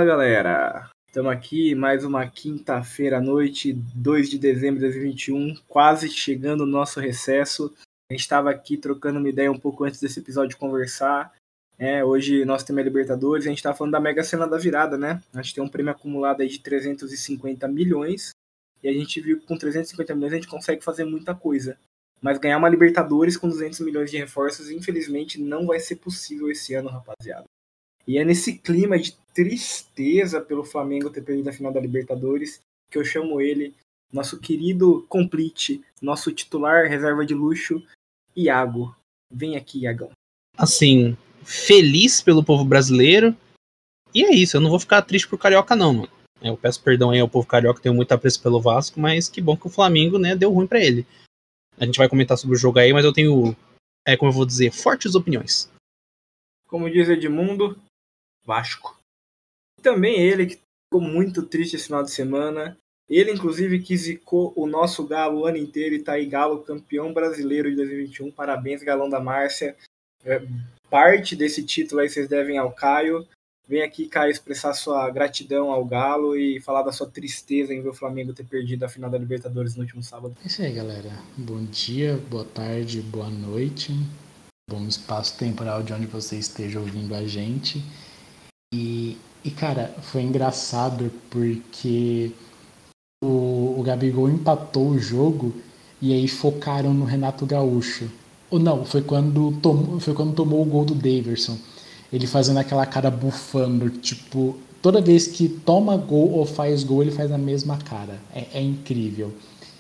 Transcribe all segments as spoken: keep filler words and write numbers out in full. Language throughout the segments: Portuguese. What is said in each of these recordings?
Fala, galera! Estamos aqui mais uma quinta-feira à noite, dois de dezembro de dois mil e vinte e um, quase chegando no nosso recesso. A gente estava aqui trocando uma ideia um pouco antes desse episódio conversar. É, hoje nós temos a Libertadores, a gente está falando da Mega Sena da virada, né? A gente tem um prêmio acumulado aí de trezentos e cinquenta milhões e a gente viu que com trezentos e cinquenta milhões a gente consegue fazer muita coisa. Mas ganhar uma Libertadores com duzentos milhões de reforços, infelizmente, não vai ser possível esse ano, rapaziada. E é nesse clima de tristeza pelo Flamengo ter perdido a final da Libertadores que eu chamo ele, nosso querido complete, nosso titular reserva de luxo, Iago. Vem aqui, Iagão. Assim, feliz pelo povo brasileiro. E é isso, eu não vou ficar triste por Carioca não, mano. Eu peço perdão aí ao povo carioca, tenho muito apreço pelo Vasco, mas que bom que o Flamengo, né, deu ruim pra ele. A gente vai comentar sobre o jogo aí, mas eu tenho, é, como eu vou dizer, fortes opiniões. Como diz Edmundo, Vasco. E também ele, que ficou muito triste esse final de semana. Ele, inclusive, que zicou o nosso Galo o ano inteiro e tá aí, Galo campeão brasileiro de dois mil e vinte e um. Parabéns, Galão da Márcia. É, parte desse título aí vocês devem ao Caio. Vem aqui, Caio, expressar sua gratidão ao Galo e falar da sua tristeza em ver o Flamengo ter perdido a final da Libertadores no último sábado. É isso aí, galera. Bom dia, boa tarde, boa noite. Bom espaço temporal de onde você esteja ouvindo a gente. E, e cara, foi engraçado porque o, o Gabigol empatou o jogo e aí focaram no Renato Gaúcho. Ou não, foi quando tomou, foi quando tomou o gol do Daverson. Ele fazendo aquela cara bufando, tipo, toda vez que toma gol ou faz gol, ele faz a mesma cara. É, é incrível.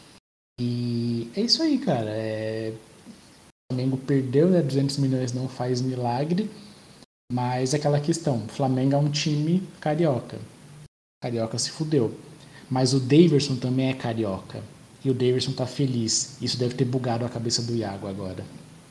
E é isso aí, cara. É... O Flamengo perdeu, né? duzentos milhões não faz milagre. Mas é aquela questão, o Flamengo é um time carioca. Carioca se fudeu. Mas o Daverson também é carioca. E o Daverson tá feliz. Isso deve ter bugado a cabeça do Iago agora.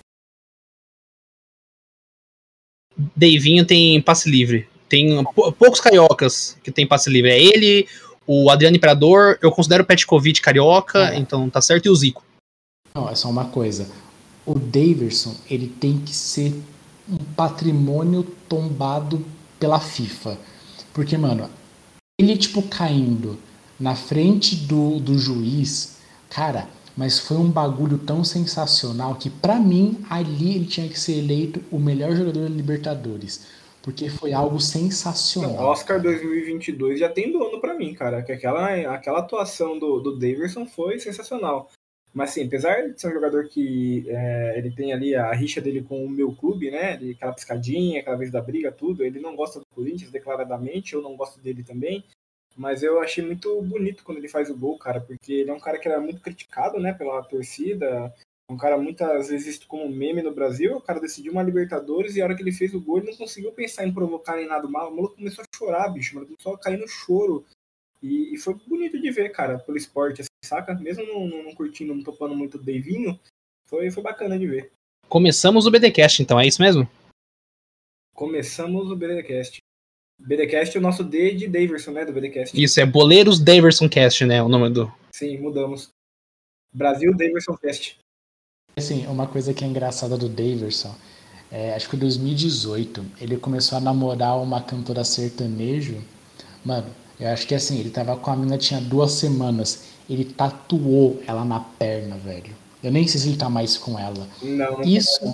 Deivinho tem passe livre. Tem pou- poucos cariocas que tem passe livre. É ele, o Adriano Imperador, eu considero o Petkovic carioca, É. então tá certo, e o Zico. Não, é só uma coisa. O Daverson, ele tem que ser um patrimônio tombado pela FIFA. Porque, mano, ele, tipo, caindo na frente do, do juiz, cara, mas foi um bagulho tão sensacional que, pra mim, ali ele tinha que ser eleito o melhor jogador da Libertadores. Porque foi algo sensacional. Não, Oscar dois mil e vinte e dois já tem dono pra mim, cara. Que aquela, aquela atuação do, do Daverson foi sensacional. Mas, assim, apesar de ser um jogador que é, ele tem ali a rixa dele com o meu clube, né? Ele, aquela piscadinha, aquela vez da briga, tudo. Ele não gosta do Corinthians declaradamente, eu não gosto dele também. Mas eu achei muito bonito quando ele faz o gol, cara, porque ele é um cara que era muito criticado, né, pela torcida, um cara muitas vezes visto como meme no Brasil. O cara decidiu uma Libertadores e a hora que ele fez o gol, ele não conseguiu pensar em provocar nem nada mal. O maluco começou a chorar, bicho, mano, começou a cair no choro. E, e foi bonito de ver, cara, pelo esporte, assim, saca? Mesmo não, não, não curtindo, não topando muito o Deivinho, foi, foi bacana de ver. Começamos o BDcast, então, é isso mesmo? Começamos o BDcast. BDcast é o nosso D de Daverson, né, do BDcast. Isso, é Boleiros Daverson Cast, né, o nome do... Sim, mudamos. Brasil Daverson Cast. Assim, uma coisa que é engraçada do Daverson, é, acho que em dois mil e dezoito, ele começou a namorar uma cantora sertanejo. Mano, eu acho que assim, ele tava com a mina, tinha duas semanas. Ele tatuou ela na perna, velho. Eu nem sei se ele tá mais com ela. Não, não Isso,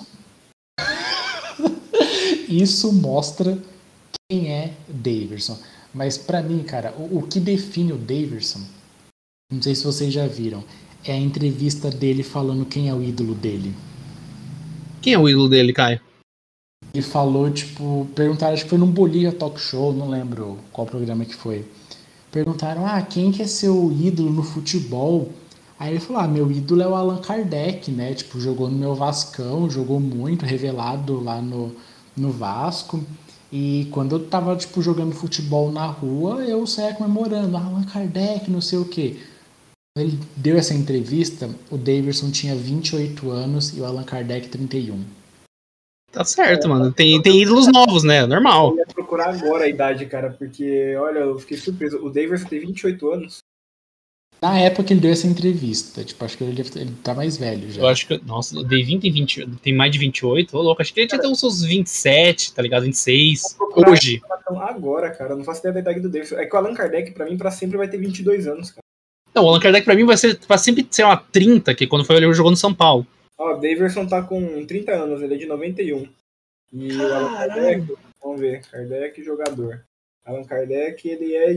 isso mostra quem é Daverson. Mas pra mim, cara, o, o que define o Daverson, não sei se vocês já viram, é a entrevista dele falando quem é o ídolo dele. Quem é o ídolo dele, Caio? Ele falou, tipo, perguntaram, acho que foi num Bolívia Talk Show, não lembro qual programa que foi. Perguntaram, ah, quem que é seu ídolo no futebol? Aí ele falou, ah, meu ídolo é o Allan Kardec, né? Tipo, jogou no meu Vascão, jogou muito, revelado lá no, no Vasco. E quando eu tava, tipo, jogando futebol na rua, eu saía comemorando, ah, Allan Kardec, não sei o quê. Quando ele deu essa entrevista, o Daverson tinha vinte e oito anos e o Allan Kardec trinta e um. Tá certo, mano. Tem, tem ídolos novos, né? Normal. Eu ia procurar agora a idade, cara, porque, olha, eu fiquei surpreso. O Daverson tem vinte e oito anos. Na época que ele deu essa entrevista, tipo, acho que ele, deve, ele tá mais velho já. Eu acho que, nossa, o Deivinho tem, vinte, tem mais de vinte e oito, ô louco. Acho que ele tinha até uns seus vinte e sete, tá ligado? vinte e seis, hoje. Então, agora, cara, eu não faço ideia da idade do Davidson. É que o Allan Kardec, pra mim, pra sempre vai ter vinte e dois anos, cara. Não, o Allan Kardec pra mim vai, ser, vai sempre ser uma trinta, que quando foi ele jogou no São Paulo. Ó, o Davidson tá com trinta anos, ele é de noventa e um. E o Allan Kardec, vamos ver, Kardec jogador. Allan Kardec, ele é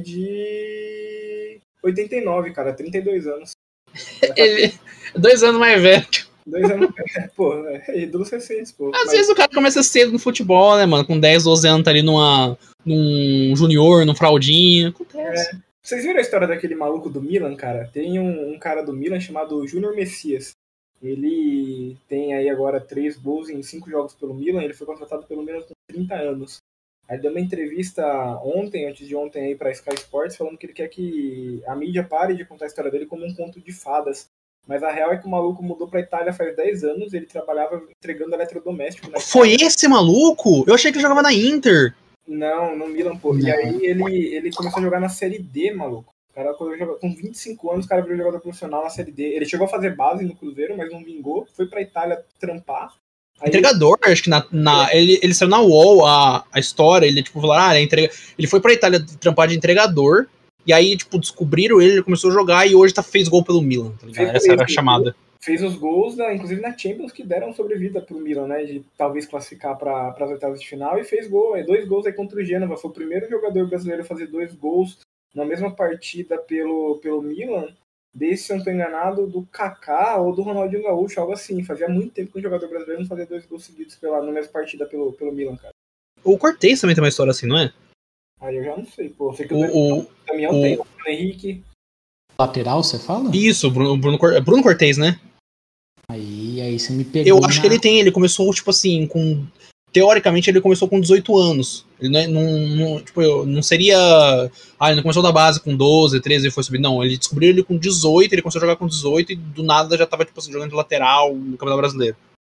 de oitenta e nove, cara, trinta e dois anos. Ele é dois anos mais velho. Dois anos, pô, é ídolos recentes, pô. Às Mas... vezes o cara começa cedo no futebol, né, mano? Com dez, doze anos tá ali numa, num junior, num fraldinho. Acontece. É. Vocês viram a história daquele maluco do Milan, cara? Tem um, um cara do Milan chamado Júnior Messias. Ele tem aí agora três gols em cinco jogos pelo Milan. Ele foi contratado pelo Milan com trinta anos. Aí deu uma entrevista ontem, antes de ontem, aí pra Sky Sports, falando que ele quer que a mídia pare de contar a história dele como um conto de fadas. Mas a real é que o maluco mudou pra Itália faz dez anos, ele trabalhava entregando eletrodoméstico na Itália. Foi esse maluco? Eu achei que ele jogava na Inter. Não, no Milan, pô. Não. E aí ele, ele começou a jogar na Série D, maluco. O cara, com vinte e cinco anos, o cara virou jogador profissional na Série D. Ele chegou a fazer base no Cruzeiro, mas não vingou. Foi pra Itália trampar. Aí entregador, ele... acho que na, na, ele, ele saiu na U O L a, a história, ele tipo falou, ah, ele, entrega... ele foi pra Itália trampar de entregador, e aí, tipo, descobriram ele, ele começou a jogar e hoje tá, fez gol pelo Milan, tá ligado? Essa era a chamada. Fez os gols, da, inclusive na Champions, que deram sobrevida pro Milan, né? De talvez classificar para as oitavas de final, e fez gol, é, dois gols aí contra o Genoa. Foi o primeiro jogador brasileiro a fazer dois gols na mesma partida pelo, pelo Milan, desde, se eu não tô enganado, do Kaká ou do Ronaldinho Gaúcho, algo assim. Fazia muito tempo que um jogador brasileiro não fazia dois gols seguidos pela, na mesma partida pelo, pelo Milan, cara. O Cortez também tem uma história assim, não é? Aí eu já não sei, pô. Eu sei que o, o Damião tem, o Henrique. Lateral, você fala? Isso, Bruno, Bruno, Bruno Cortez, né? Aí, aí você me pegou. Eu acho na... que ele tem, ele começou, tipo assim, com. Teoricamente, ele começou com dezoito anos. Ele não, é, não, não, tipo, não seria. Ah, ele não começou da base com doze, treze e foi subir. Não, ele descobriu ele com dezoito, ele começou a jogar com dezoito e do nada já tava, tipo assim, jogando de lateral no Campeonato Brasileiro.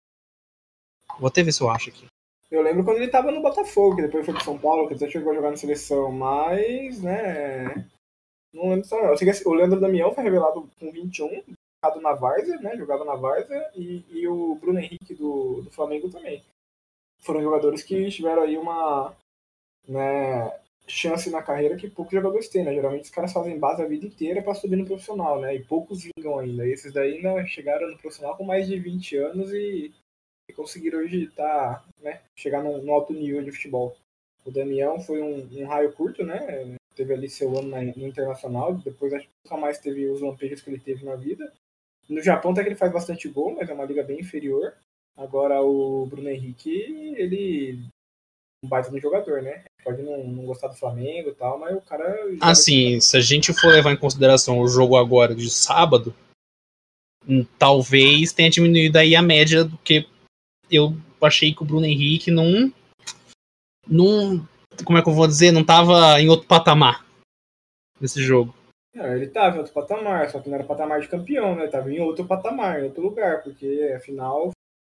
Vou até ver se eu acho aqui. Eu lembro quando ele tava no Botafogo, que depois foi pro São Paulo, que até chegou a jogar na seleção, mas, né. Não lembro só. Eu sei que o Leandro Damião foi revelado com vinte e um, jogado na Várzea, né? Jogava na Várzea, e, e o Bruno Henrique do, do Flamengo também. Foram jogadores que tiveram aí uma, né, chance na carreira que poucos jogadores têm, né? Geralmente os caras fazem base a vida inteira pra subir no profissional, né? E poucos vingam ainda. E esses daí ainda chegaram no profissional com mais de vinte anos e, e conseguiram hoje tá, né, chegar no, no alto nível de futebol. O Damião foi um, um raio curto, né? Teve ali seu ano na, no Internacional, depois acho que nunca mais teve os lampejos que ele teve na vida. No Japão até que ele faz bastante gol, mas é uma liga bem inferior. Agora o Bruno Henrique, ele é um baita no jogador, né? Pode não, não gostar do Flamengo e tal, mas o cara... Assim, se a gente for levar em consideração o jogo agora de sábado, talvez tenha diminuído aí a média do que eu achei que o Bruno Henrique não... não como é que eu vou dizer? Não tava em outro patamar nesse jogo. Não, ele tava em outro patamar, só que não era patamar de campeão, né? Ele tava em outro patamar, em outro lugar, porque afinal...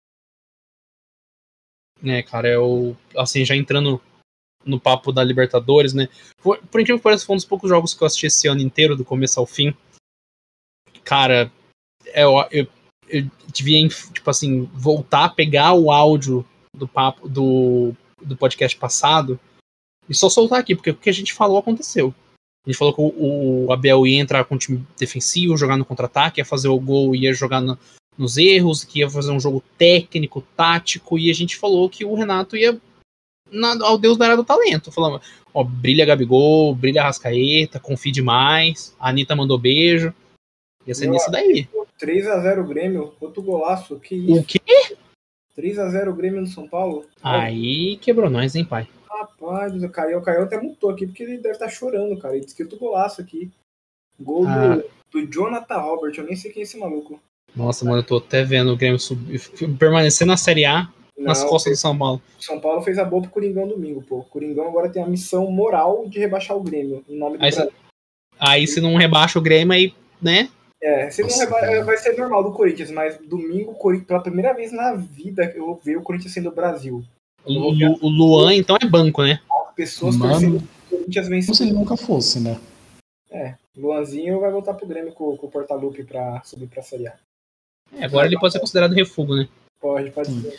É, cara, eu, assim, já entrando no papo da Libertadores, né? Por, por incrível que pareça, foi um dos poucos jogos que eu assisti esse ano inteiro, do começo ao fim. Cara, eu, eu, eu devia, tipo assim, voltar a pegar o áudio do papo do, do podcast passado e só soltar aqui, porque o que a gente falou aconteceu. A gente falou que o, o Abel ia entrar com o time defensivo, jogar no contra-ataque, ia fazer o gol, ia jogar no, nos erros, que ia fazer um jogo técnico, tático, e a gente falou que o Renato ia na, ao Deus da era do talento. Falando, ó, brilha Gabigol, brilha Arrascaeta, confie demais, a Anitta mandou beijo. Ia ser nisso daí. três a zero Grêmio, outro golaço, que isso? O quê? três a zero Grêmio no São Paulo. Aí quebrou nós, hein, pai? Rapaz, o Caio, o Caio até mutou aqui, porque ele deve estar chorando, cara. Ele disse que outro golaço aqui. Gol ah. do, do Jonathan Robert, eu nem sei quem é esse maluco. Nossa, mano, eu tô até vendo o Grêmio subir, permanecer na Série A nas Não, costas do São Paulo. São Paulo fez a boa pro Coringão domingo, pô. O Coringão agora tem a missão moral de rebaixar o Grêmio, em nome do aí Brasil. Se, aí se não rebaixa o Grêmio, aí, né? É, se não reba... vai ser normal do Corinthians, mas domingo, pela primeira vez na vida, eu vou ver o Corinthians sendo o Brasil. O, Lu, o Luan, então, é banco, né? As pessoas Mano, torcendo que o Corinthians vence. Como se ele nunca fosse, né? É, Luanzinho vai voltar pro Grêmio com, com o Portalupe pra subir pra Série A. É, agora ele pode ser considerado refugo, né? Pode, pode Sim. ser.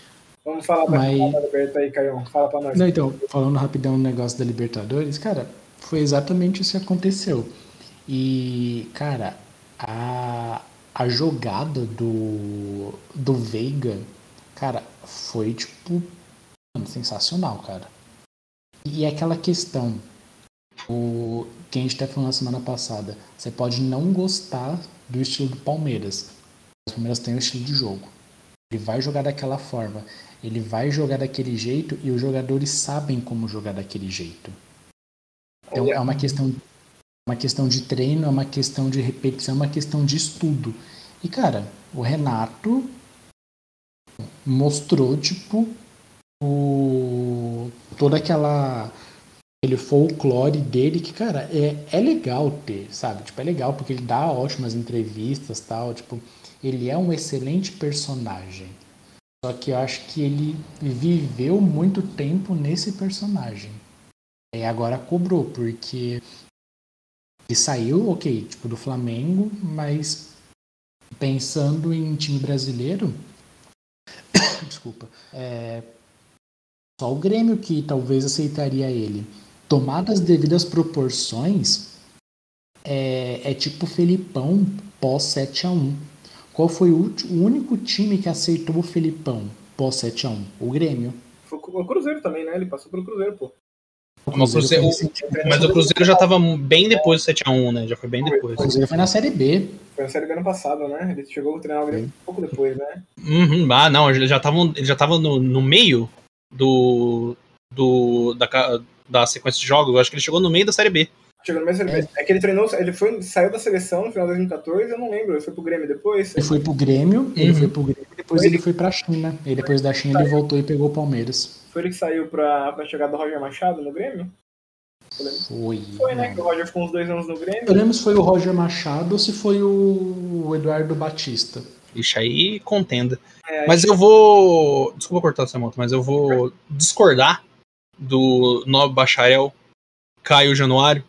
Vamos falar da Mas... da Libertadores aí, Caio. Fala pra nós. Não, então, falando rapidão no negócio da Libertadores, cara, foi exatamente isso que aconteceu. E, cara, a, a jogada do, do Veiga, cara, foi, tipo, mano, sensacional, cara. E é aquela questão, o, que a gente até falou na semana passada, você pode não gostar do estilo do Palmeiras, mas o Palmeiras tem um estilo de jogo. Ele vai jogar daquela forma, ele vai jogar daquele jeito e os jogadores sabem como jogar daquele jeito. Então é uma questão, uma questão de treino, é uma questão de repetição, é uma questão de estudo. E cara, o Renato mostrou tipo o, toda aquela aquele folclore dele que, cara, é, é legal ter, sabe? Tipo, é legal porque ele dá ótimas entrevistas, tal, tipo, ele é um excelente personagem. Só que eu acho que ele viveu muito tempo nesse personagem. E agora cobrou, porque ele saiu, ok, tipo, do Flamengo, mas pensando em time brasileiro, desculpa, é, só o Grêmio que talvez aceitaria ele. Tomadas as devidas proporções, é, é tipo o Felipão pós sete a um. Qual foi o, o único time que aceitou o Felipão pós sete a um? O Grêmio. Foi o Cruzeiro também, né? Ele passou pelo Cruzeiro, pô. O Cruzeiro, o, mas o Cruzeiro já tava bem depois do sete a um, né? Já foi bem depois. O Cruzeiro foi na Série B. Foi na Série B ano passado, né? Ele chegou a treinar o Grêmio um pouco depois, né? Uhum, ah, não, ele já tava, ele já tava no, no meio do, do da, da sequência de jogos. Eu acho que ele chegou no meio da Série B. Chegou no meio da Série B. É, é que ele treinou, ele foi, saiu da seleção no final de dois mil e quatorze, eu não lembro. Ele foi pro Grêmio depois? Ele foi pro Grêmio, ele Uhum. foi pro Grêmio, depois ele, ele foi pra China. E depois da China ele voltou e pegou o Palmeiras. Foi ele que saiu pra, pra chegar do Roger Machado no Grêmio? Foi. Foi, né? Que o Roger ficou uns dois anos no Grêmio. Eu lembro se foi o Roger Machado ou se foi o Eduardo Batista. Ixi, aí contenda. É, mas eu vou... Desculpa cortar essa moto, mas eu vou discordar do nobre bacharel Caio Januário,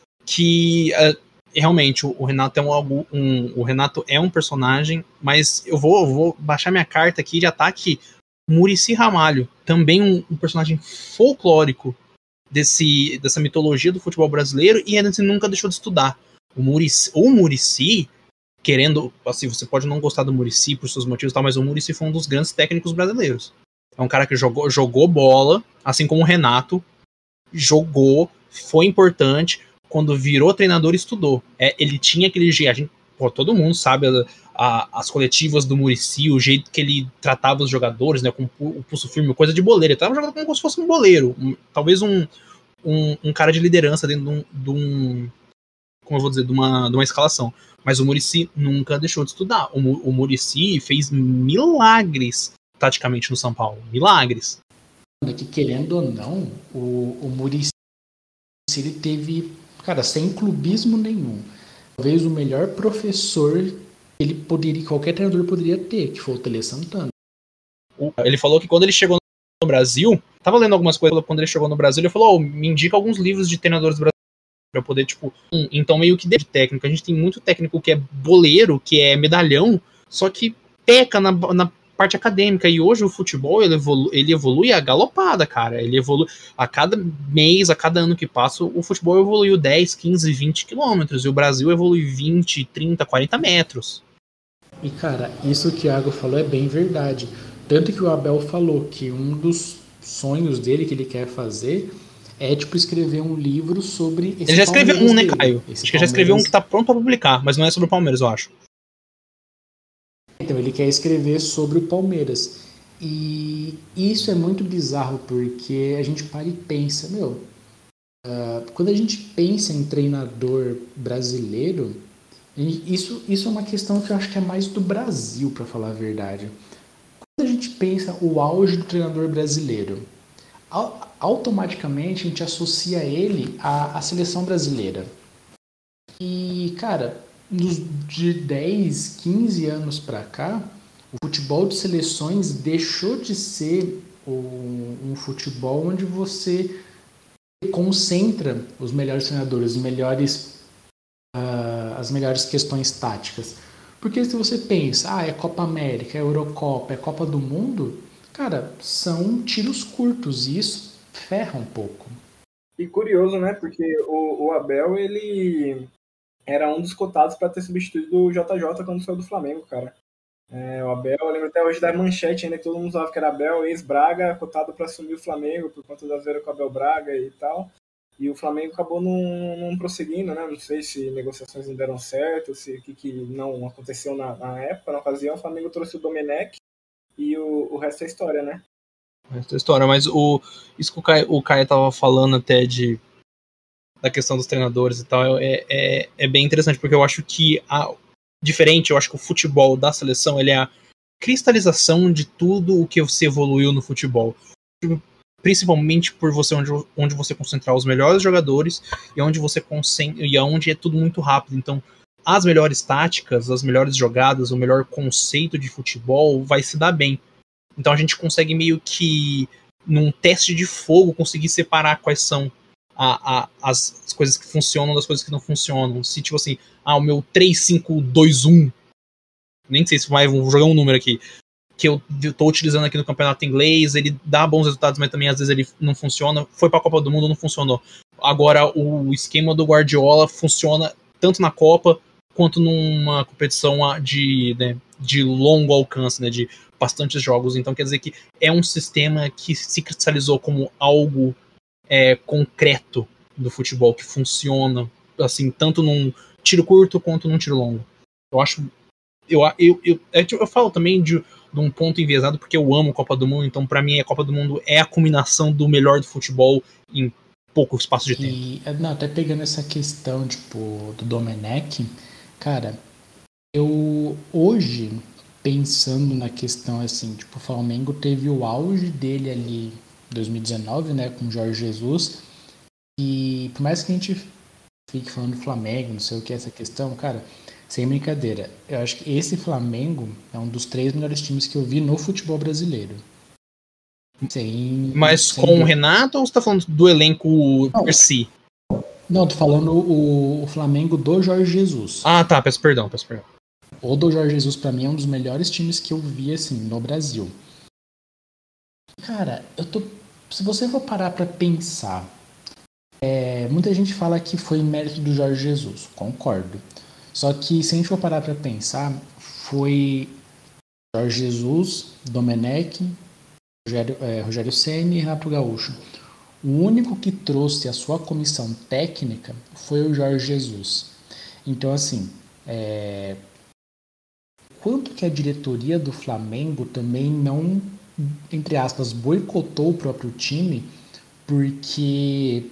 que é, realmente o Renato é um, um, o Renato é um personagem, mas eu vou, eu vou baixar minha carta aqui de ataque. Muricy Ramalho, também um, um personagem folclórico desse, dessa mitologia do futebol brasileiro, e ainda assim nunca deixou de estudar. O Muricy, o Muricy, querendo, assim, você pode não gostar do Muricy por seus motivos e tal, mas o Muricy foi um dos grandes técnicos brasileiros. É um cara que jogou, jogou bola, assim como o Renato, jogou, foi importante, quando virou treinador estudou. É, ele tinha aquele jeito, a gente, pô, todo mundo sabe a, a, as coletivas do Muricy, o jeito que ele tratava os jogadores, né, com o pulso firme, coisa de boleiro. Ele tava jogando como se fosse um boleiro, um, talvez um, um, um cara de liderança dentro de um, de um como eu vou dizer, de uma, de uma escalação. Mas o Muricy nunca deixou de estudar. O, o Muricy fez milagres taticamente no São Paulo. Milagres. Que, querendo ou não, o, o Muricy ele teve, cara, sem clubismo nenhum, talvez o melhor professor que ele poderia, qualquer treinador poderia ter, que foi o Tele Santana. Ele falou que quando ele chegou no Brasil, tava lendo algumas coisas quando ele chegou no Brasil, ele falou, oh, me indica alguns livros de treinadores brasileiros pra poder, tipo, um, então meio que de técnico. A gente tem muito técnico que é boleiro, que é medalhão, só que peca na, na parte acadêmica, e hoje o futebol ele evolui, ele evolui a galopada, cara. Ele evolui a cada mês, a cada ano que passa, o futebol evoluiu dez, quinze, vinte quilômetros, e o Brasil evolui vinte, trinta, quarenta metros. E cara, isso que o Thiago falou é bem verdade. Tanto que o Abel falou que um dos sonhos dele que ele quer fazer é tipo escrever um livro sobre esse Ele já escreveu um, né, dele. Caio? Esse acho que já escreveu um que tá pronto pra publicar, mas não é sobre o Palmeiras, eu acho. Então ele quer escrever sobre o Palmeiras. E isso é muito bizarro, porque a gente para e pensa, meu, uh, quando a gente pensa em treinador brasileiro, isso, isso é uma questão que eu acho que é mais do Brasil, para falar a verdade. Quando a gente pensa o auge do treinador brasileiro, automaticamente a gente associa ele à, à seleção brasileira. E, cara, nos, de dez, quinze anos para cá, o futebol de seleções deixou de ser um, um futebol onde você concentra os melhores treinadores, os melhores, uh, as melhores questões táticas. Porque se você pensa, ah, é Copa América, é Eurocopa, é Copa do Mundo, cara, são tiros curtos e isso ferra um pouco. E curioso, né? Porque o, o Abel, ele era um dos cotados para ter substituído o J J quando saiu do Flamengo, cara. É, o Abel, eu lembro até hoje da manchete ainda que todo mundo usava que era Abel, ex-Braga, cotado para assumir o Flamengo por conta da zoeira com o Abel Braga e tal. E o Flamengo acabou não, não prosseguindo, né? Não sei se negociações não deram certo, se o que, que não aconteceu na, na época, na ocasião. O Flamengo trouxe o Domenech e o, o resto é história, né? O resto é história, mas o, isso que o Caio, o Caio tava falando até de da questão dos treinadores e tal, é, é, é bem interessante, porque eu acho que a, diferente, eu acho que o futebol da seleção, ele é a cristalização de tudo o que você evoluiu no futebol. Principalmente por você onde, onde você concentrar os melhores jogadores e onde você concentra, e onde é tudo muito rápido. Então, as melhores táticas, as melhores jogadas, o melhor conceito de futebol vai se dar bem. Então a gente consegue meio que, num teste de fogo, conseguir separar quais são a, a, as, as coisas que funcionam das coisas que não funcionam. Se tipo assim, ah, o meu três cinco dois um, nem sei se vai, vou jogar um número aqui, que eu tô utilizando aqui no campeonato inglês, ele dá bons resultados, mas também às vezes ele não funciona. Foi pra Copa do Mundo, não funcionou. Agora o esquema do Guardiola funciona tanto na Copa quanto numa competição de, né, de longo alcance, né, de bastantes jogos. Então quer dizer que é um sistema que se cristalizou como algo é, concreto do futebol, que funciona assim, tanto num tiro curto quanto num tiro longo. Eu acho eu, eu, eu, eu, eu falo também de, de um ponto enviesado, porque eu amo Copa do Mundo, então pra mim a Copa do Mundo é a culminação do melhor do futebol em pouco espaço de e, tempo. Não, até pegando essa questão tipo, do Domenech, cara, eu hoje, pensando na questão assim, tipo, o Flamengo teve o auge dele ali em dois mil e dezenove, né, com o Jorge Jesus, e por mais que a gente fique falando do Flamengo, não sei o que é essa questão, cara, sem brincadeira, eu acho que esse Flamengo é um dos três melhores times que eu vi no futebol brasileiro. Sem, Mas sem com o dúvida. Renato ou você tá falando do elenco Não, por si? Não, tô falando o, o Flamengo do Jorge Jesus. Ah, tá, peço perdão, peço perdão. O do Jorge Jesus, pra mim, é um dos melhores times que eu vi, assim, no Brasil. Cara, eu tô... Se você for parar pra pensar, é, muita gente fala que foi mérito do Jorge Jesus, concordo. Só que, se a gente for parar pra pensar, foi Jorge Jesus, Domenech, Rogério, é, Rogério Ceni e Renato Gaúcho. O único que trouxe a sua comissão técnica foi o Jorge Jesus. Então, assim, é... quanto que a diretoria do Flamengo também não, entre aspas, boicotou o próprio time, porque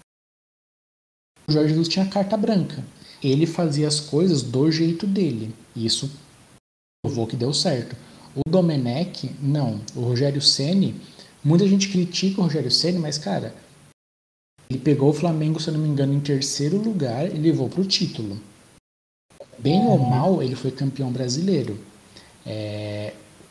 o Jorge Jesus tinha carta branca. Ele fazia as coisas do jeito dele. E isso provou que deu certo. O Domenech, não. O Rogério Ceni, muita gente critica o Rogério Ceni, mas, cara, ele pegou o Flamengo, se eu não me engano, em terceiro lugar e levou para o título. Bem ou mal, ele foi campeão brasileiro. É...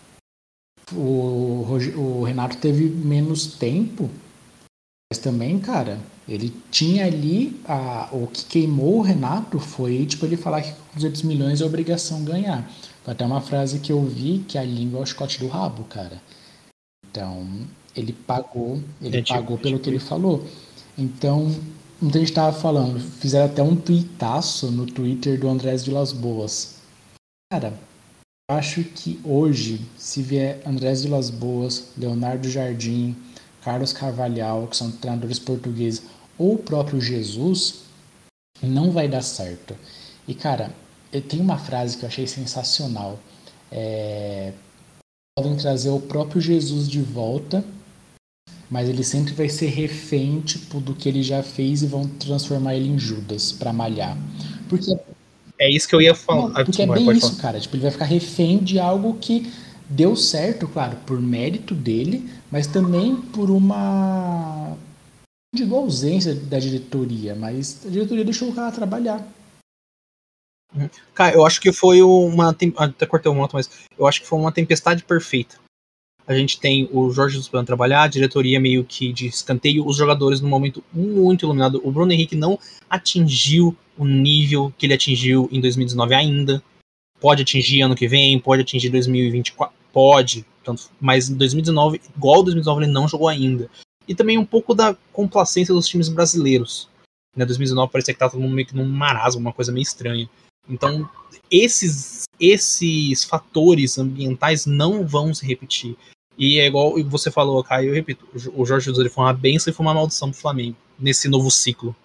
O, o Renato teve menos tempo, mas também, cara, ele tinha ali a, o que queimou o Renato foi tipo ele falar que com duzentos milhões é obrigação ganhar. Foi até uma frase que eu vi que a língua é o chicote do rabo, cara. Então, ele pagou, ele é tipo, pagou pelo é tipo que ele isso. falou. Então, muita gente tava falando, fizeram até um tuitaço no Twitter do Andrés Vilas Boas. Cara, eu acho que hoje, se vier Andrés Vilas Boas, Leonardo Jardim, Carlos Carvalhal, que são treinadores portugueses, ou o próprio Jesus, não vai dar certo. E, cara, eu tenho uma frase que eu achei sensacional. É... Podem trazer o próprio Jesus de volta, mas ele sempre vai ser refém, tipo, do que ele já fez e vão transformar ele em Judas pra malhar. Porque é isso que eu ia falar. Não, porque é bem isso, falar. cara. Tipo, ele vai ficar refém de algo que deu certo, claro, por mérito dele, mas também por uma, não digo ausência da diretoria, mas a diretoria deixou o cara trabalhar. Cara, eu acho que foi uma, até cortei o moto, mas eu acho que foi uma tempestade perfeita. A gente tem o Jorge Jesus podendo trabalhar, a diretoria meio que de escanteio, os jogadores num momento muito iluminado. O Bruno Henrique não atingiu o nível que ele atingiu em dois mil e dezenove ainda. Pode atingir ano que vem, pode atingir dois mil e vinte e quatro, pode. Tanto, mas em dois mil e dezenove, igual dois mil e dezenove, ele não jogou ainda. E também um pouco da complacência dos times brasileiros. Né, dois mil e dezenove parecia que estava todo mundo meio que num marasmo, uma coisa meio estranha. Então, esses, esses fatores ambientais não vão se repetir. E é igual você falou, Caio, eu repito, o Jorge Jesus ele foi uma bênção e foi uma maldição pro Flamengo, nesse novo ciclo.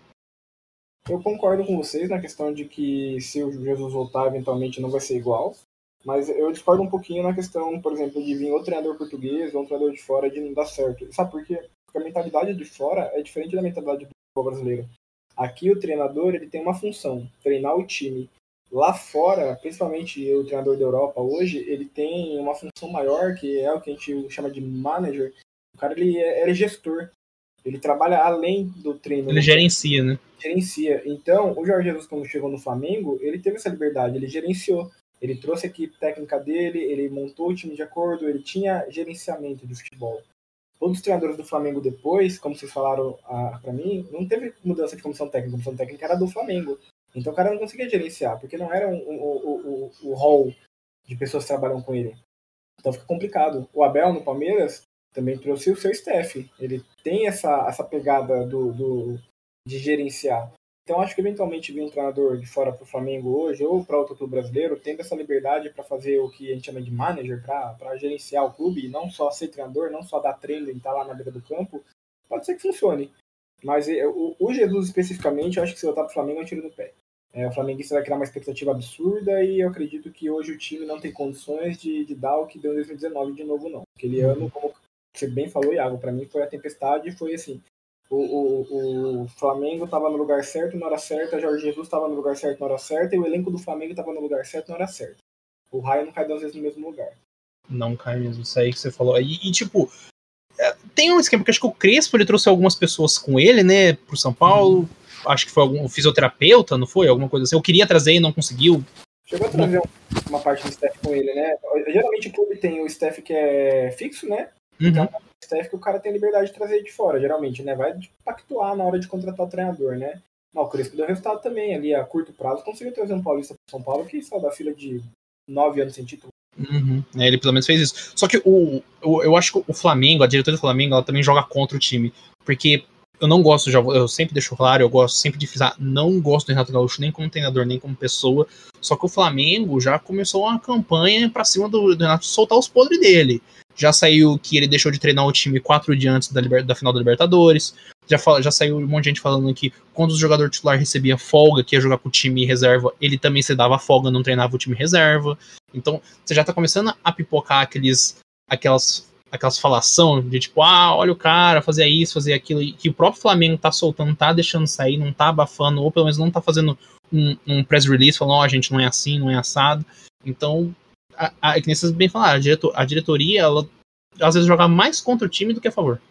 Eu concordo com vocês na questão de que se o Jesus voltar, eventualmente não vai ser igual. Mas eu discordo um pouquinho na questão, por exemplo, de vir outro treinador português ou um treinador de fora de não dar certo. Sabe por quê? Porque a mentalidade de fora é diferente da mentalidade do futebol brasileiro. Aqui o treinador ele tem uma função, treinar o time. Lá fora, principalmente o treinador da Europa hoje, ele tem uma função maior, que é o que a gente chama de manager. O cara ele é, ele é gestor. Ele trabalha além do treino. Ele gerencia, né? Gerencia. Então, o Jorge Jesus, quando chegou no Flamengo, ele teve essa liberdade, ele gerenciou. Ele trouxe a equipe técnica dele, ele montou o time de acordo, ele tinha gerenciamento de futebol. Todos os treinadores do Flamengo depois, como vocês falaram ah, pra mim, não teve mudança de comissão técnica. A comissão técnica era do Flamengo. Então o cara não conseguia gerenciar, porque não era um, um, um, um, o hall de pessoas que trabalham com ele. Então fica complicado. O Abel, no Palmeiras, também trouxe o seu staff. Ele tem essa, essa pegada do, do, de gerenciar. Então acho que eventualmente vir um treinador de fora para o Flamengo hoje, ou para outro clube brasileiro, tendo essa liberdade para fazer o que a gente chama de manager, para gerenciar o clube, e não só ser treinador, não só dar treino e estar lá na beira do campo, pode ser que funcione. Mas o, o Jesus especificamente, eu acho que se voltar para o Flamengo é um tiro no pé. É, o flamenguista vai criar uma expectativa absurda e eu acredito que hoje o time não tem condições de, de dar o que deu em dois mil e dezenove de novo, não. Aquele uhum. ano, como você bem falou, Iago, para mim foi a tempestade e foi assim, o, o, o Flamengo estava no lugar certo na hora certa, Jorge Jesus estava no lugar certo na hora certa e o elenco do Flamengo estava no lugar certo na hora certa. O raio não cai duas vezes no mesmo lugar. Não cai mesmo, isso aí que você falou. E, e tipo, é, tem um esquema, porque acho que o Crespo, ele trouxe algumas pessoas com ele, né, pro São Paulo, uhum. Acho que foi algum fisioterapeuta, não foi? Alguma coisa assim. Eu queria trazer e não conseguiu. Chegou a trazer uma parte do staff com ele, né? Geralmente o clube tem o staff que é fixo, né? Uhum. Tem um staff que o cara tem liberdade de trazer de fora, geralmente, né? Vai pactuar na hora de contratar o treinador, né? Não, o Crespo deu resultado também ali a curto prazo. Conseguiu trazer um paulista para São Paulo que saiu da fila de nove anos sem título. Uhum. É, ele pelo menos fez isso. Só que o, o, eu acho que o Flamengo, a diretoria do Flamengo, ela também joga contra o time. Porque eu não gosto, já, eu sempre deixo claro, eu gosto sempre de frisar, não gosto do Renato Gaúcho nem como treinador, nem como pessoa. Só que o Flamengo já começou uma campanha pra cima do, do Renato soltar os podres dele. Já saiu que ele deixou de treinar o time quatro dias antes da, liber, da final da Libertadores. Já, fala, já saiu um monte de gente falando que quando o jogador titular recebia folga, que ia jogar com o time reserva, ele também se dava folga, não treinava o time reserva. Então, você já tá começando a pipocar aqueles, aquelas, aquelas falação de tipo, ah, olha o cara, fazia isso, fazia aquilo, e que o próprio Flamengo tá soltando, tá deixando sair, não tá abafando, ou pelo menos não tá fazendo um, um press release falando, ó, oh, gente, não é assim, não é assado. Então, a, a, é que nem vocês bem falaram, a, diretor, a diretoria, ela às vezes joga mais contra o time do que a favor.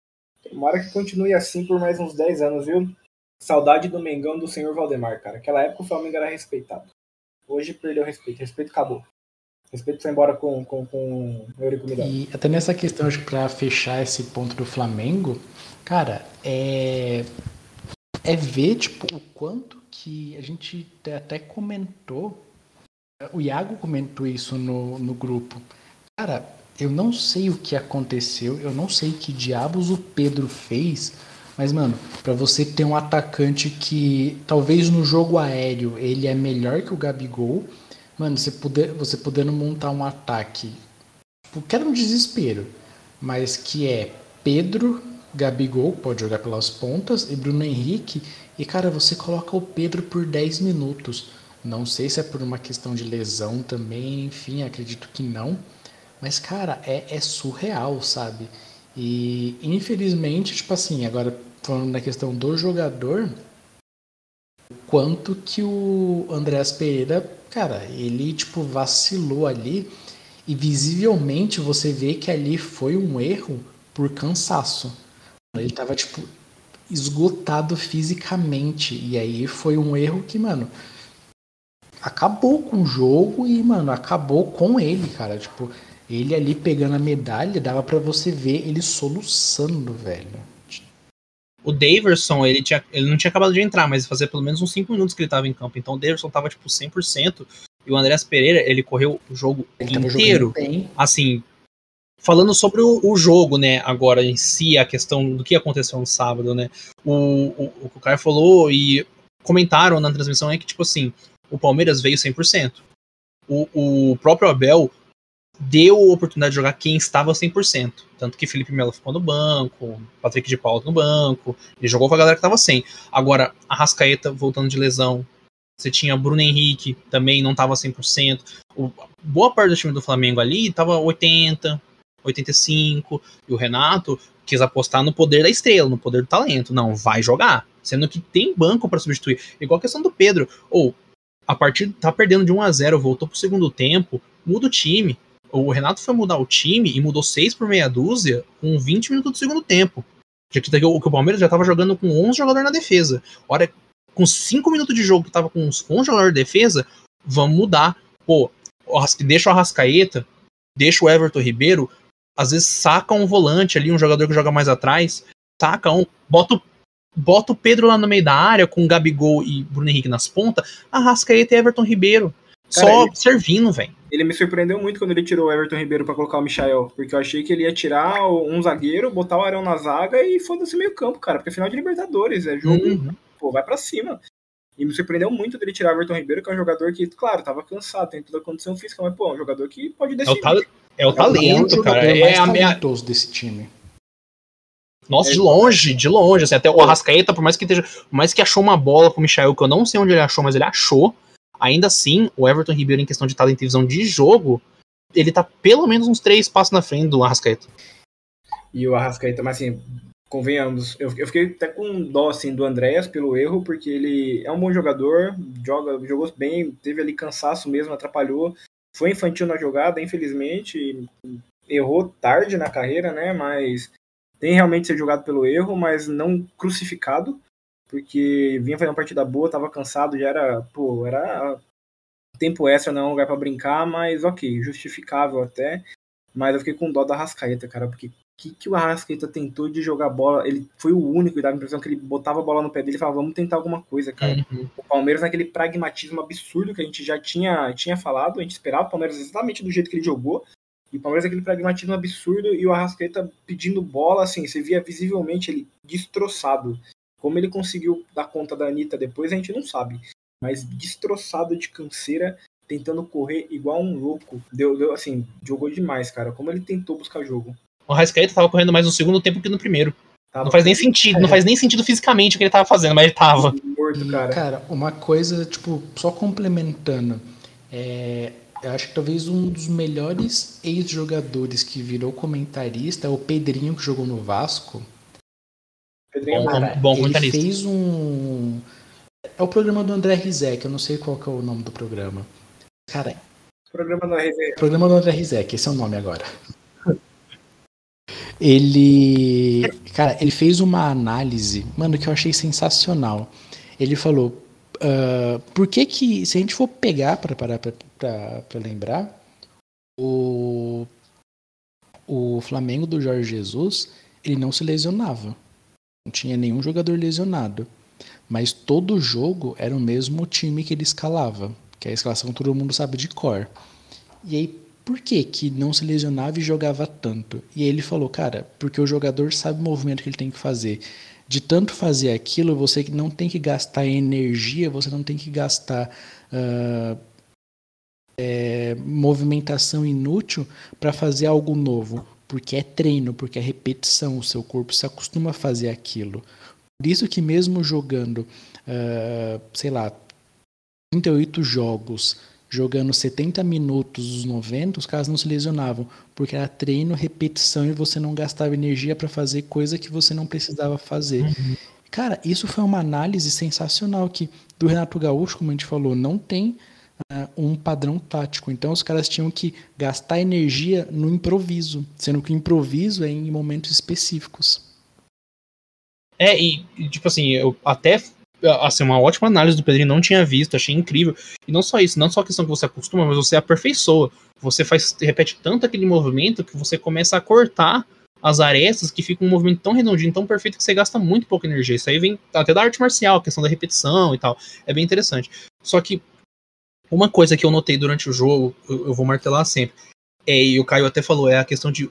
Tomara que continue assim por mais uns dez anos, viu? Saudade do Mengão do senhor Valdemar, cara. Naquela época o Flamengo era respeitado. Hoje perdeu o respeito. Respeito acabou. Respeito foi embora com, com, com o Eurico Miranda. E até nessa questão, acho que pra fechar esse ponto do Flamengo, cara, é, é ver, tipo, o quanto que a gente até comentou, o Iago comentou isso no, no grupo. Cara, eu não sei o que aconteceu, eu não sei que diabos o Pedro fez, mas, mano, pra você ter um atacante que talvez no jogo aéreo ele é melhor que o Gabigol, mano, você, puder, você podendo montar um ataque, tipo, que era um desespero, mas que é Pedro, Gabigol, pode jogar pelas pontas, e Bruno Henrique, e, cara, você coloca o Pedro por dez minutos. Não sei se é por uma questão de lesão também, enfim, acredito que não. Mas, cara, é, é surreal, sabe? E, infelizmente, tipo assim, agora falando da questão do jogador, o quanto que o Andreas Pereira, cara, ele, tipo, vacilou ali e visivelmente você vê que ali foi um erro por cansaço. Ele tava, tipo, esgotado fisicamente e aí foi um erro que, mano, acabou com o jogo e, mano, acabou com ele, cara, tipo... Ele ali pegando a medalha, dava pra você ver ele soluçando, velho. O Daverson, ele, tinha, ele não tinha acabado de entrar, mas fazia pelo menos uns cinco minutos que ele tava em campo. Então o Daverson tava, tipo, cem por cento. E o Andreas Pereira, ele correu o jogo ele inteiro. Assim, falando sobre o, o jogo, né, agora em si, a questão do que aconteceu no sábado, né, o, o, o que o Caio falou e comentaram na transmissão é que, tipo assim, o Palmeiras veio cem por cento. O, o próprio Abel deu a oportunidade de jogar quem estava cem por cento. Tanto que Felipe Melo ficou no banco, Patrick de Paula no banco, ele jogou com a galera que estava cem. Agora, a Arrascaeta voltando de lesão, você tinha Bruno Henrique, também não estava cem por cento. O, boa parte do time do Flamengo ali estava oitenta, oitenta e cinco, e o Renato quis apostar no poder da estrela, no poder do talento. Não, vai jogar, sendo que tem banco para substituir. Igual a questão do Pedro. Ou, a partida tá perdendo de um a zero, voltou pro segundo tempo, muda o time. O Renato foi mudar o time e mudou seis por meia dúzia com vinte minutos do segundo tempo. Já que o Palmeiras já estava jogando com onze jogadores na defesa. Hora, com cinco minutos de jogo que estava com onze jogadores de defesa, vamos mudar. Pô, deixa o Arrascaeta, deixa o Everton Ribeiro, às vezes saca um volante ali, um jogador que joga mais atrás, saca um, bota, bota o Pedro lá no meio da área com o Gabigol e Bruno Henrique nas pontas, Arrascaeta e Everton Ribeiro. Cara, só ele, servindo, velho. Ele me surpreendeu muito quando ele tirou o Everton Ribeiro pra colocar o Michael, porque eu achei que ele ia tirar um zagueiro, botar o Arão na zaga e foda-se meio campo, cara, porque final de Libertadores, é jogo, uhum. Pô, vai pra cima. E me surpreendeu muito dele tirar o Everton Ribeiro, que é um jogador que, claro, tava cansado, tem toda a condição física, mas, pô, é um jogador que pode decidir. É o, ta- é o talento, é o cara. É, é a minha desse time. Nossa, é, de longe, de longe, assim, até o Arrascaeta, por mais que esteja, por mais que achou uma bola pro Michael, que eu não sei onde ele achou, mas ele achou. Ainda assim, o Everton Ribeiro, em questão de talento e visão de jogo, ele tá pelo menos uns três passos na frente do Arrascaeta. E o Arrascaeta, mas assim, convenhamos, eu, eu fiquei até com dó assim, do Andréas pelo erro, porque ele é um bom jogador, joga, jogou bem, teve ali cansaço mesmo, atrapalhou, foi infantil na jogada, infelizmente, errou tarde na carreira, né, mas tem realmente ser jogado pelo erro, mas não crucificado, porque vinha fazer uma partida boa, tava cansado, já era, pô, era tempo extra, não é um lugar pra brincar, mas ok, justificável até, mas eu fiquei com dó da Arrascaeta, cara, porque o que, que o Arrascaeta tentou de jogar bola, ele foi o único, e dava a impressão que ele botava a bola no pé dele e falava, vamos tentar alguma coisa, cara. Uhum. O Palmeiras naquele pragmatismo absurdo que a gente já tinha, tinha falado, a gente esperava o Palmeiras exatamente do jeito que ele jogou, e o Palmeiras aquele pragmatismo absurdo, e o Arrascaeta pedindo bola, assim, você via visivelmente ele destroçado. Como ele conseguiu dar conta da Anitta depois, a gente não sabe. Mas destroçado de canseira, tentando correr igual um louco. Deu, deu assim, jogou demais, cara. Como ele tentou buscar jogo. O Arrascaeta tava correndo mais no segundo tempo que no primeiro. Tava não faz nem sentido, é. não faz nem sentido fisicamente o que ele tava fazendo, mas ele tava. Morto, cara. Cara, uma coisa, tipo, só complementando. É, eu acho que talvez um dos melhores ex-jogadores que virou comentarista é o Pedrinho, que jogou no Vasco. Bom, cara, bom ele comentarista. Fez um... É o programa do André Rizek, eu não sei qual que é o nome do programa. Cara... Programa do André Rizek. Programa do André Rizek, esse é o nome agora. Ele... Cara, ele fez uma análise, mano, que eu achei sensacional. Ele falou... Uh, por que que, se a gente for pegar para parar pra, pra, pra lembrar, o... o Flamengo do Jorge Jesus, ele não se lesionava. Não tinha nenhum jogador lesionado. Mas todo jogo era o mesmo time que ele escalava. Que a escalação todo mundo sabe de cor. E aí, por que que não se lesionava e jogava tanto? E aí ele falou, cara, porque o jogador sabe o movimento que ele tem que fazer. De tanto fazer aquilo, você não tem que gastar energia, você não tem que gastar uh, é, movimentação inútil para fazer algo novo. Porque é treino, porque é repetição, o seu corpo se acostuma a fazer aquilo. Por isso que mesmo jogando, uh, sei lá, trinta e oito jogos, jogando setenta minutos dos noventa, os caras não se lesionavam, porque era treino, repetição e você não gastava energia para fazer coisa que você não precisava fazer. Uhum. Cara, isso foi uma análise sensacional que do Renato Gaúcho, como a gente falou, não tem Uh, um padrão tático. Então os caras tinham que gastar energia no improviso, sendo que o improviso é em momentos específicos. É, e, e tipo assim, eu até assim, uma ótima análise do Pedrinho, não tinha visto, achei incrível. E não só isso, não só a questão que você acostuma, mas você aperfeiçoa. Você faz, repete tanto aquele movimento que você começa a cortar as arestas, que fica um movimento tão redondinho, tão perfeito, que você gasta muito pouca energia. Isso aí vem até da arte marcial, a questão da repetição e tal. É bem interessante. Só que uma coisa que eu notei durante o jogo, eu, eu vou martelar sempre, é, e o Caio até falou, é a questão de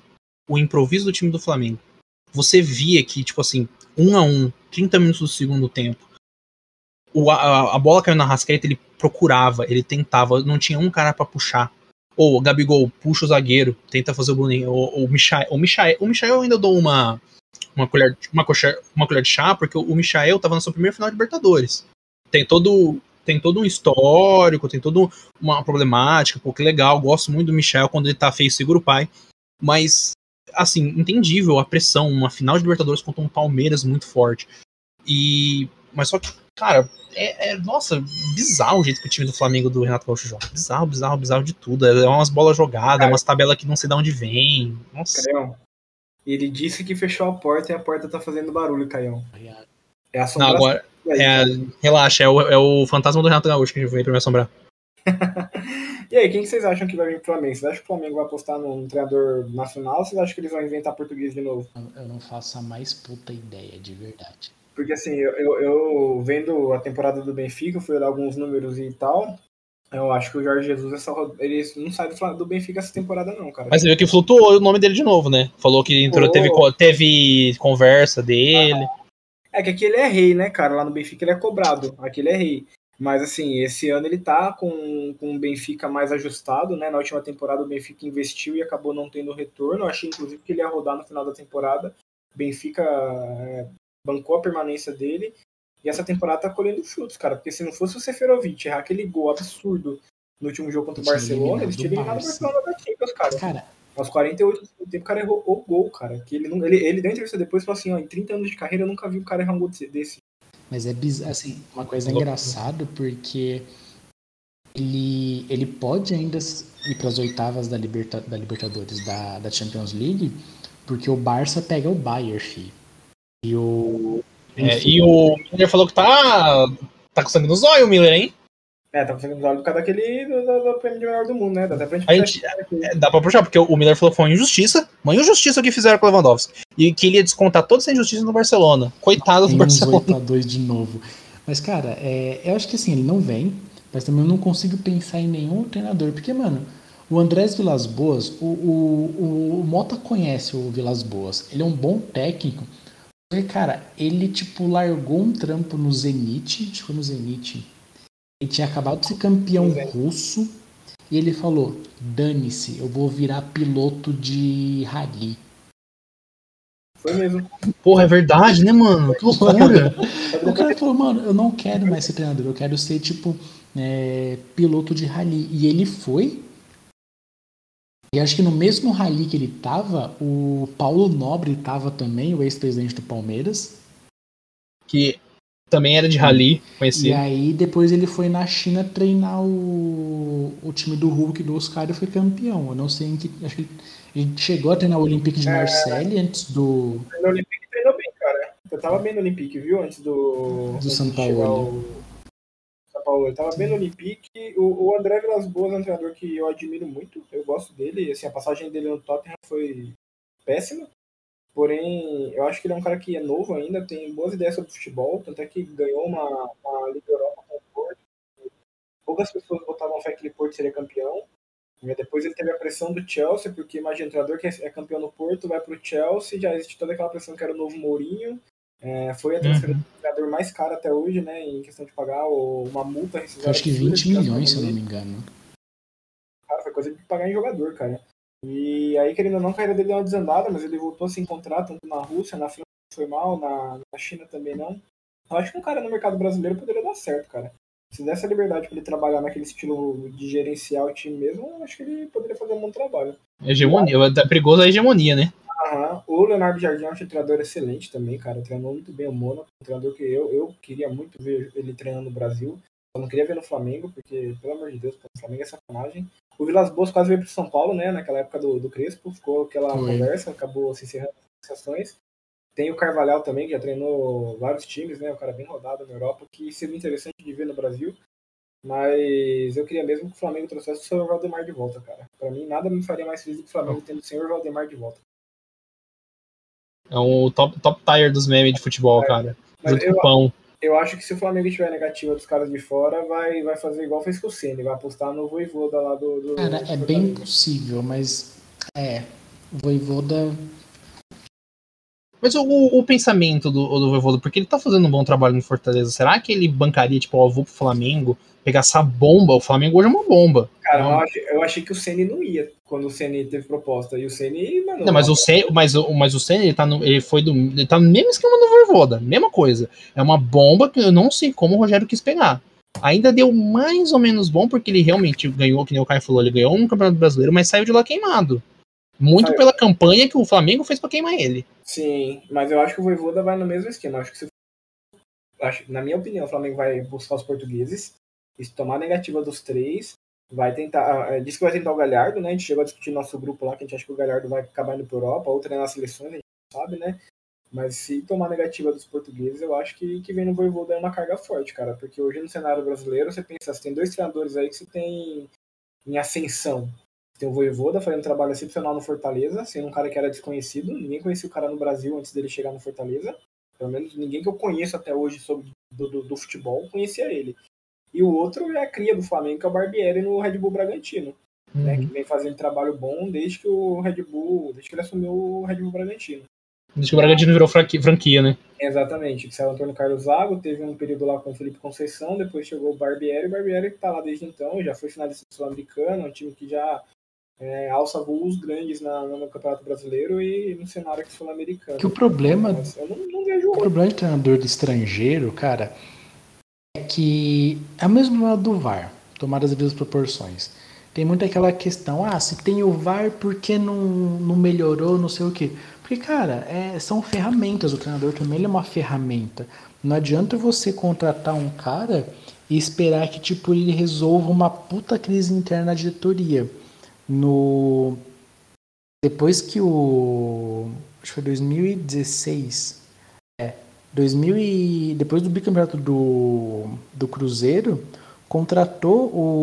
o improviso do time do Flamengo. Você via que, tipo assim, um a um, trinta minutos do segundo tempo, o, a, a bola caiu na Arrascaeta, ele procurava, ele tentava, não tinha um cara pra puxar. Ou o Gabigol, puxa o zagueiro, tenta fazer o Bruninho. Ou o Michael, o Michael, o Michael eu ainda dou uma, uma, colher, uma, colher, uma colher de chá, porque o Michael tava na sua primeira final de Libertadores. Tem todo, tem todo um histórico, tem toda uma problemática, pô, que legal, gosto muito do Michael, quando ele tá feio, segura o pai. Mas, assim, entendível a pressão, uma final de Libertadores contra um Palmeiras muito forte. E, mas só que, cara, é, é nossa, bizarro o jeito que o time do Flamengo do Renato Gaúcho joga. Bizarro, bizarro, bizarro de tudo. É umas bolas jogadas, é umas tabelas que não sei de onde vem. Nossa. Caião, ele disse que fechou a porta e a porta tá fazendo barulho, Caião. É assombração. Não, agora, aí, é, relaxa, é o, é o fantasma do Renato Gaúcho que veio pra me assombrar. E aí, quem que vocês acham que vai vir pro Flamengo? Vocês acham que o Flamengo vai apostar num treinador nacional ou vocês acham que eles vão inventar português de novo? Eu não faço a mais puta ideia, de verdade. Porque assim, eu, eu, eu vendo a temporada do Benfica, fui olhar alguns números e tal, eu acho que o Jorge Jesus essa, ele não sai do, do Benfica essa temporada não, cara. Mas você viu que flutuou o nome dele de novo, né? Falou que entrou, teve, teve conversa dele. Ah, é que aqui ele é rei, né, cara? Lá no Benfica ele é cobrado, aqui ele é rei. Mas, assim, esse ano ele tá com, com o Benfica mais ajustado, né? Na última temporada o Benfica investiu e acabou não tendo retorno. Eu achei, inclusive, que ele ia rodar no final da temporada. O Benfica é, bancou a permanência dele. E essa temporada tá colhendo frutos, cara. Porque se não fosse o Seferovic errar aquele gol absurdo no último jogo contra o Barcelona, eles tinham eliminado o Barcelona da Champions, cara. cara. Aos quarenta e oito do segundo tempo, o cara errou o gol, cara. Que ele, não, ele, ele deu entrevista depois e falou assim, ó, em trinta anos de carreira eu nunca vi um cara errar um gol desse. Mas é bizarro, assim, uma coisa engraçada, porque ele, ele pode ainda ir para as oitavas da, Liberta, da Libertadores, da, da Champions League, porque o Barça pega o Bayern, filho. E o... É, e o Miller falou que tá, tá com sangue nos olhos, o Miller, hein? É, tá com sangue nos olhos por causa daquele do, do, do prêmio de melhor do mundo, né? Dá até pra gente... A gente é, dá pra puxar, porque o Miller falou que foi uma injustiça, uma injustiça que fizeram com o Lewandowski. E que ele ia descontar toda essa injustiça no Barcelona. Coitado do Barcelona. oito a dois de novo. Mas, cara, é, eu acho que assim, ele não vem, mas também eu não consigo pensar em nenhum treinador. Porque, mano, o Andrés Vilas-Boas, o, o, o Mota conhece o Vilas-Boas. Ele é um bom técnico. Porque, cara, ele, tipo, largou um trampo no Zenit, acho que foi no Zenit. Ele tinha acabado de ser campeão russo. E ele falou, dane-se, eu vou virar piloto de rally. Foi mesmo. Porra, é verdade, né, mano? Que loucura. O cara falou, mano, eu não quero mais ser treinador, eu quero ser, tipo, é, piloto de rally. E ele foi. E acho que no mesmo rally que ele tava, o Paulo Nobre tava também, o ex-presidente do Palmeiras. Que também era de rally, conhecido. E aí depois ele foi na China treinar o, o time do Hulk, do Oscar, e foi campeão. Eu não sei em que... Acho que ele chegou a treinar o Olympique de Marseille é, antes do... No Olympique treinou bem, cara. Eu tava bem no Olympique, viu? Antes do... Do São Paulo. São Paulo. Eu tava bem no Olympique. O, o André Vilas-Boas é um treinador que eu admiro muito. Eu gosto dele. Assim, a passagem dele no Tottenham foi péssima. Porém, eu acho que ele é um cara que é novo ainda, tem boas ideias sobre futebol, tanto é que ganhou uma, uma Liga Europa com o Porto. Poucas pessoas botavam fé que ele Porto seria campeão. E depois ele teve a pressão do Chelsea, porque imagina, o treinador que é campeão no Porto vai pro Chelsea, já existe toda aquela pressão que era o novo Mourinho. É, foi a transferência uhum. do treinador mais cara até hoje, né, em questão de pagar uma multa rescisória. Acho que vinte milhões, se eu não me engano. Cara, foi coisa de pagar em jogador, cara. E aí, querendo ou não, a carreira dele deu uma desandada, mas ele voltou a se encontrar tanto na Rússia, na França foi mal, na, na China também não. Eu acho que um cara no mercado brasileiro poderia dar certo, cara. Se desse a liberdade para ele trabalhar naquele estilo de gerenciar o time mesmo, eu acho que ele poderia fazer um bom trabalho. Hegemonia, é perigoso a hegemonia, né? Aham. O Leonardo Jardim é um treinador excelente também, cara. Treinou muito bem o Mônaco, um treinador que eu, eu queria muito ver ele treinando no Brasil. Eu não queria ver no Flamengo, porque, pelo amor de Deus, o Flamengo é sacanagem. O Vilas-Boas quase veio pro São Paulo, né? Naquela época do, do Crespo, ficou aquela Oi. conversa, acabou se encerrando as negociações. Tem o Carvalhal também, que já treinou vários times, né? Um cara bem rodado na Europa, que seria interessante de ver no Brasil. Mas eu queria mesmo que o Flamengo trouxesse o senhor Valdemar de volta, cara. Pra mim, nada me faria mais feliz do que o Flamengo tendo o senhor Valdemar de volta. É um top, top tier dos memes de futebol, é, cara. Junto eu, com o pão. Eu acho que se o Flamengo tiver negativa dos caras de fora, vai, vai fazer igual fez com o Ceni, vai apostar no Voivoda lá do... do cara, do é bem possível, mas... É... Voivoda... Mas o, o, o pensamento do, do Voivoda, porque ele tá fazendo um bom trabalho no Fortaleza, será que ele bancaria, tipo, ó, vou pro Flamengo, pegar essa bomba? O Flamengo hoje é uma bomba. Cara, não. eu, achei, eu achei que o Ceni não ia quando o Ceni teve proposta. E o Ceni, mano. Não, mas o Ceni, mas, mas o Ceni, ele tá no, ele foi do, ele tá no mesmo esquema do Voivoda, mesma coisa. É uma bomba que eu não sei como o Rogério quis pegar. Ainda deu mais ou menos bom, porque ele realmente ganhou, que nem o Caio falou, ele ganhou um Campeonato Brasileiro, mas saiu de lá queimado. Muito Saiu. Pela campanha que o Flamengo fez pra queimar ele. Sim, mas eu acho que o Voivoda vai no mesmo esquema. Acho que se, acho, na minha opinião, o Flamengo vai buscar os portugueses, e se tomar a negativa dos três, vai tentar. É, disse que vai tentar o Galhardo, né? A gente chegou a discutir no nosso grupo lá, que a gente acha que o Galhardo vai acabar indo pra Europa, ou treinar as seleções, a gente não sabe, né? Mas se tomar a negativa dos portugueses, eu acho que, que vem no Voivoda é uma carga forte, cara. Porque hoje no cenário brasileiro, você pensa, você tem dois treinadores aí que você tem em ascensão. Tem o Voivoda fazendo um trabalho excepcional no Fortaleza, sendo um cara que era desconhecido. Ninguém conhecia o cara no Brasil antes dele chegar no Fortaleza. Pelo menos ninguém que eu conheço até hoje sobre do, do, do futebol conhecia ele. E o outro é a cria do Flamengo, que é o Barbieri no Red Bull Bragantino. Uhum. Né, que vem fazendo trabalho bom desde que o Red Bull, desde que ele assumiu o Red Bull Bragantino. Desde que o Bragantino virou franquia, né? Exatamente. Saiu o Antônio Carlos Zago, teve um período lá com o Felipe Conceição, depois chegou o Barbieri, o Barbieri que tá lá desde então, já foi finalista do Sul-Americano, um time que já é, alça voos grandes na, no Campeonato Brasileiro e no cenário sul-americano. Que o problema, Mas eu não, não vejo o problema de treinador de estrangeiro, cara, é que é o mesmo lado do V A R, tomar as devidas proporções. Tem muito aquela questão, ah, se tem o V A R, por que não, não melhorou, não sei o quê? Porque, cara, é, são ferramentas, o treinador também ele é uma ferramenta. Não adianta você contratar um cara e esperar que, tipo, ele resolva uma puta crise interna na diretoria. No... Depois que o... Acho que foi dois mil e dezesseis. É. dois mil e... Depois do bicampeonato do, do Cruzeiro, contratou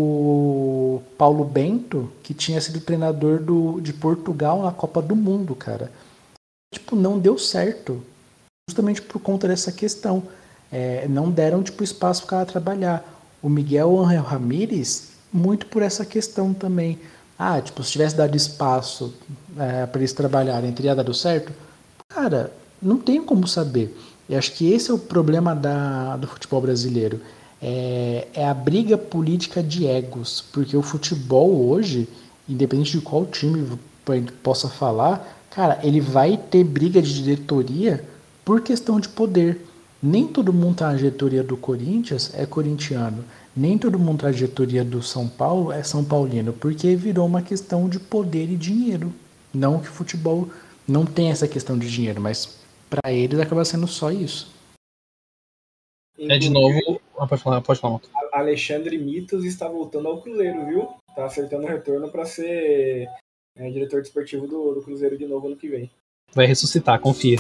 o Paulo Bento, que tinha sido treinador do, de Portugal na Copa do Mundo, cara. Tipo, não deu certo. Justamente por conta dessa questão. É, não deram, tipo, espaço para o cara trabalhar. O Miguel Ángel Ramírez, muito por essa questão também. Ah, tipo, se tivesse dado espaço é, para eles trabalharem, teria dado certo? Cara, não tem como saber. Eu acho que esse é o problema da, do futebol brasileiro. É, é a briga política de egos. Porque o futebol hoje, independente de qual time possa falar, cara, ele vai ter briga de diretoria por questão de poder. Nem todo mundo tá na diretoria do Corinthians é corintiano. Nem todo mundo tá na diretoria do São Paulo é São Paulino, porque virou uma questão de poder e dinheiro. Não que o futebol não tem essa questão de dinheiro, mas para eles acaba sendo só isso. É de novo... Ah, pode falar, pode falar. Alexandre Mitos está voltando ao Cruzeiro, viu? Tá acertando o retorno para ser é, diretor desportivo do, do Cruzeiro de novo ano que vem. Vai ressuscitar, confia.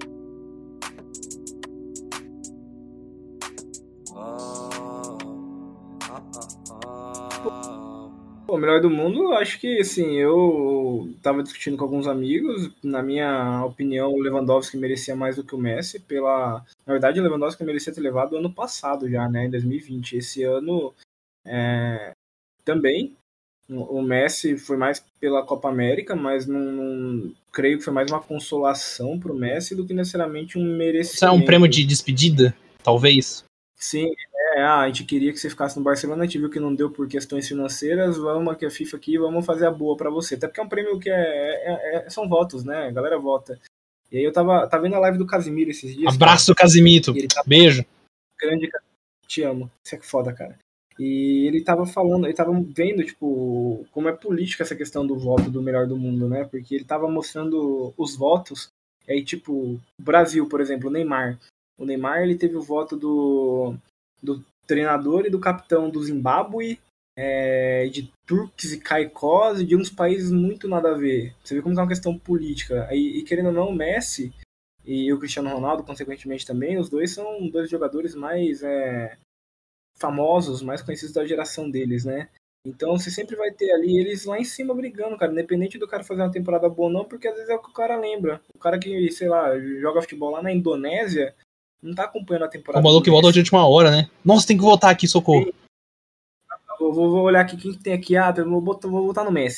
O melhor do mundo, acho que, assim, eu tava discutindo com alguns amigos, na minha opinião, o Lewandowski merecia mais do que o Messi, pela... Na verdade, o Lewandowski merecia ter levado ano passado já, né, em dois mil e vinte. Esse ano, é... também, o Messi foi mais pela Copa América, mas não, não... creio que foi mais uma consolação pro Messi do que necessariamente um merecimento. Isso é um prêmio de despedida, talvez? Sim, é, ah, a gente queria que você ficasse no Barcelona, a gente viu que não deu por questões financeiras, vamos aqui a FIFA aqui, vamos fazer a boa pra você. Até porque é um prêmio que é, é, é são votos, né? A galera vota. E aí eu tava, tava vendo a live do Casimiro esses dias. Abraço, Casimito. Tá... Beijo. Grande, te amo. Você é foda, cara. E ele tava falando, ele tava vendo, tipo, como é política essa questão do voto do melhor do mundo, né? Porque ele tava mostrando os votos, e aí, tipo, o Brasil, por exemplo, o Neymar. O Neymar, ele teve o voto do, do treinador e do capitão do Zimbábue, é, de Turks e Caicós, e de uns países muito nada a ver. Você vê como é uma questão política. E, e querendo ou não, o Messi e o Cristiano Ronaldo, consequentemente também, os dois são dois jogadores mais é, famosos, mais conhecidos da geração deles, né? Então você sempre vai ter ali eles lá em cima brigando, cara, independente do cara fazer uma temporada boa ou não, porque às vezes é o que o cara lembra. O cara que, sei lá, joga futebol lá na Indonésia, não tá acompanhando a temporada. O maluco que volta de última hora, né? Nossa, tem que voltar aqui, socorro. Vou, vou olhar aqui quem que tem aqui. Ah, eu vou botar, vou botar no Messi.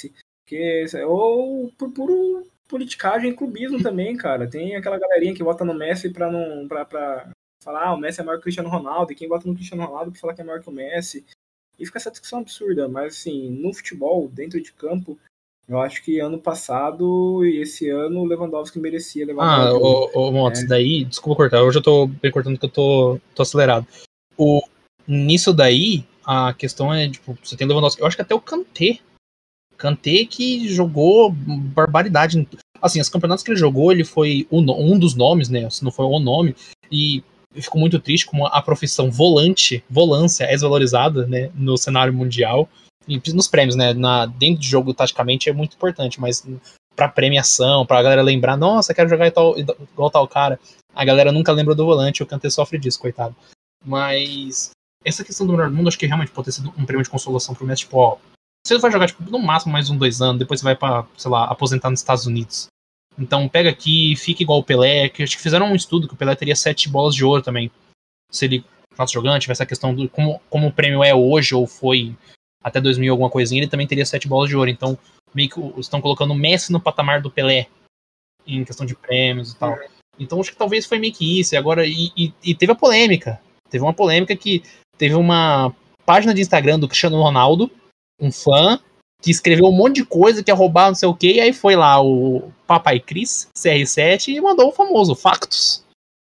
Porque, ou por puro politicagem e clubismo também, cara. Tem aquela galerinha que vota no Messi pra não pra, pra falar ah, o Messi é maior que o Cristiano Ronaldo, e quem vota no Cristiano Ronaldo pra falar que é maior que o Messi. E fica essa discussão absurda. Mas, assim, no futebol, dentro de campo, eu acho que ano passado e esse ano o Lewandowski merecia levar Ah, a bola. ô, ô Motos, É. daí, desculpa cortar, hoje eu tô bem cortando que eu tô, tô acelerado. O, nisso daí, a questão é, tipo, você tem o Lewandowski, eu acho que até o Kanté. Kanté que jogou barbaridade. em- Assim, os campeonatos que ele jogou, ele foi o no- um dos nomes, né? Se não foi o nome, e eu fico muito triste como a profissão volante, volância, é desvalorizada, né, no cenário mundial. E nos prêmios, né? Na, dentro de jogo, taticamente, é muito importante, mas pra premiação, pra galera lembrar, nossa, quero jogar igual, igual tal cara, a galera nunca lembra do volante, o Kanté sofre disso, coitado. Mas essa questão do melhor do mundo, acho que realmente pode ter sido um prêmio de consolação pro Messi, tipo, ó, você vai jogar, tipo, no máximo mais um, dois anos, depois você vai pra, sei lá, aposentar nos Estados Unidos. Então pega aqui, fica igual o Pelé, que acho que fizeram um estudo que o Pelé teria sete bolas de ouro também. Se ele fosse jogando, tivesse a questão do como, como o prêmio é hoje, ou foi até dois mil alguma coisinha, ele também teria sete bolas de ouro. Então, meio que estão colocando o Messi no patamar do Pelé, em questão de prêmios e tal. Então acho que talvez foi meio que isso. E agora, e, e, e teve a polêmica. Teve uma polêmica que teve uma página de Instagram do Cristiano Ronaldo, um fã, que escreveu um monte de coisa, que ia roubar não sei o que, e aí foi lá o Papai Cris, C R sete, e mandou o famoso Factos.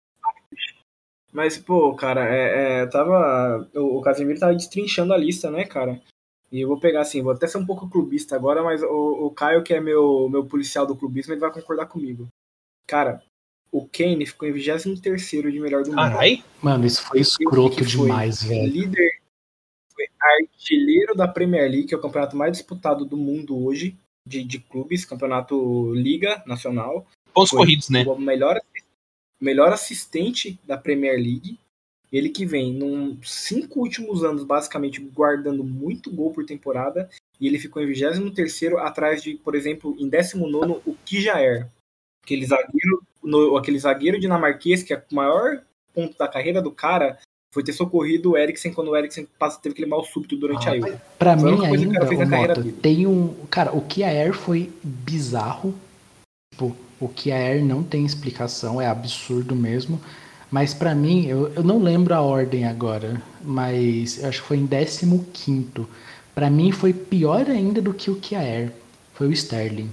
Mas, pô, cara, é, é, tava. O, o Casemiro tava destrinchando a lista, né, cara? E eu vou pegar assim, vou até ser um pouco clubista agora, mas o, o Caio, que é meu, meu policial do clubismo, ele vai concordar comigo. Cara, o Kane ficou em vigésimo terceiro de melhor do mundo. Carai. Mano, isso foi escroto que foi demais, velho. Líder, foi artilheiro da Premier League, que é o campeonato mais disputado do mundo hoje, de, de clubes, campeonato Liga Nacional. Pontos Foi corridos, né? o melhor, melhor assistente da Premier League. Ele que vem nos cinco últimos anos, basicamente, guardando muito gol por temporada. E ele ficou em vigésimo terceiro, atrás de, por exemplo, em décimo nono, o Kijaer. Aquele zagueiro, no, aquele zagueiro dinamarquês, que é o maior ponto da carreira do cara, foi ter socorrido o Eriksen quando o Eriksen teve aquele mal súbito durante Ah, a Euro. Pra Foi a mim única coisa que o cara ainda, fez o na carreira Mota, dele. tem um... Cara, o Kjaer foi bizarro. Tipo, o Kjaer não tem explicação, é absurdo mesmo. Mas pra mim, eu, eu não lembro a ordem agora, mas eu acho que foi em décimo quinto. Pra mim foi pior ainda do que o Kjaer. Foi o Sterling.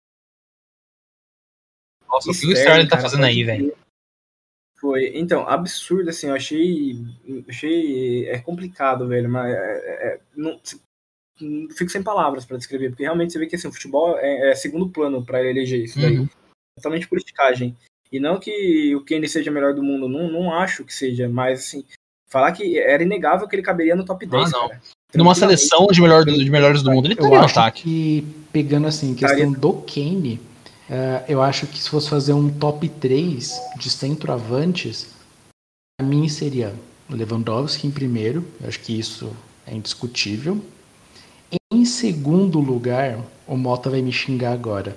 Nossa, o que o Sterling tá fazendo aí, velho? Foi, então, absurdo, assim, eu achei, achei, é complicado, velho, mas é, é, não, não fico sem palavras pra descrever, porque realmente você vê que, assim, o futebol é, é segundo plano pra eleger isso daí, Uhum. totalmente politicagem, e não que o Kane seja o melhor do mundo, não, não acho que seja, mas, assim, falar que era inegável que ele caberia no top dez, Ah, não. cara. Numa seleção de, melhor, de melhores do mundo, ele Eu estaria no acho ataque. que, pegando assim, questão do Kane, uh, eu acho que se fosse fazer um top três de centroavantes, pra mim seria Lewandowski em primeiro, eu acho que isso é indiscutível. Em segundo lugar, o Mota vai me xingar agora,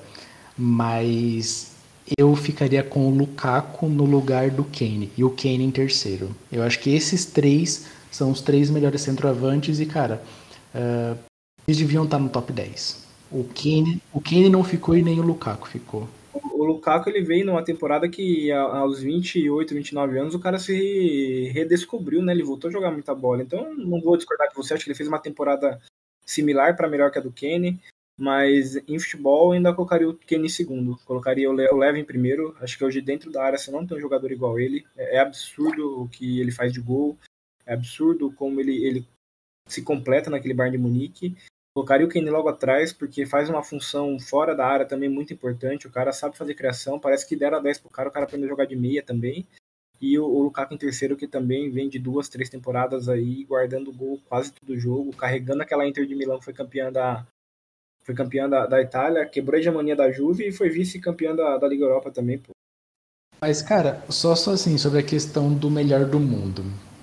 mas eu ficaria com o Lukaku no lugar do Kane e o Kane em terceiro. Eu acho que esses três são os três melhores centroavantes e, cara, uh, eles deviam estar no top dez. O Kane, o Kane não ficou e nem o Lukaku ficou. O Lukaku, ele veio numa temporada que aos vinte e oito, vinte e nove anos o cara se redescobriu, né? Ele voltou a jogar muita bola. Então não vou discordar com você, acho que ele fez uma temporada similar para melhor que a do Kane, mas em futebol ainda colocaria o Kane em segundo, colocaria o Leva em primeiro. Acho que hoje dentro da área você não tem um jogador igual ele. É absurdo o que ele faz de gol, é absurdo como ele, ele se completa naquele Bayern de Munique. Colocaria o Kane logo atrás, porque faz uma função fora da área também muito importante. O cara sabe fazer criação, parece que deram a dez pro cara, o cara aprendeu a jogar de meia também. E o, o Lukaku em terceiro, que também vem de duas, três temporadas aí, guardando o gol quase todo o jogo, carregando aquela Inter de Milão, que foi campeã da, foi campeã da, da Itália, quebrou a hegemonia da Juve e foi vice-campeã da, da Liga Europa também, pô. Mas, cara, só, só assim, sobre a questão do melhor do mundo.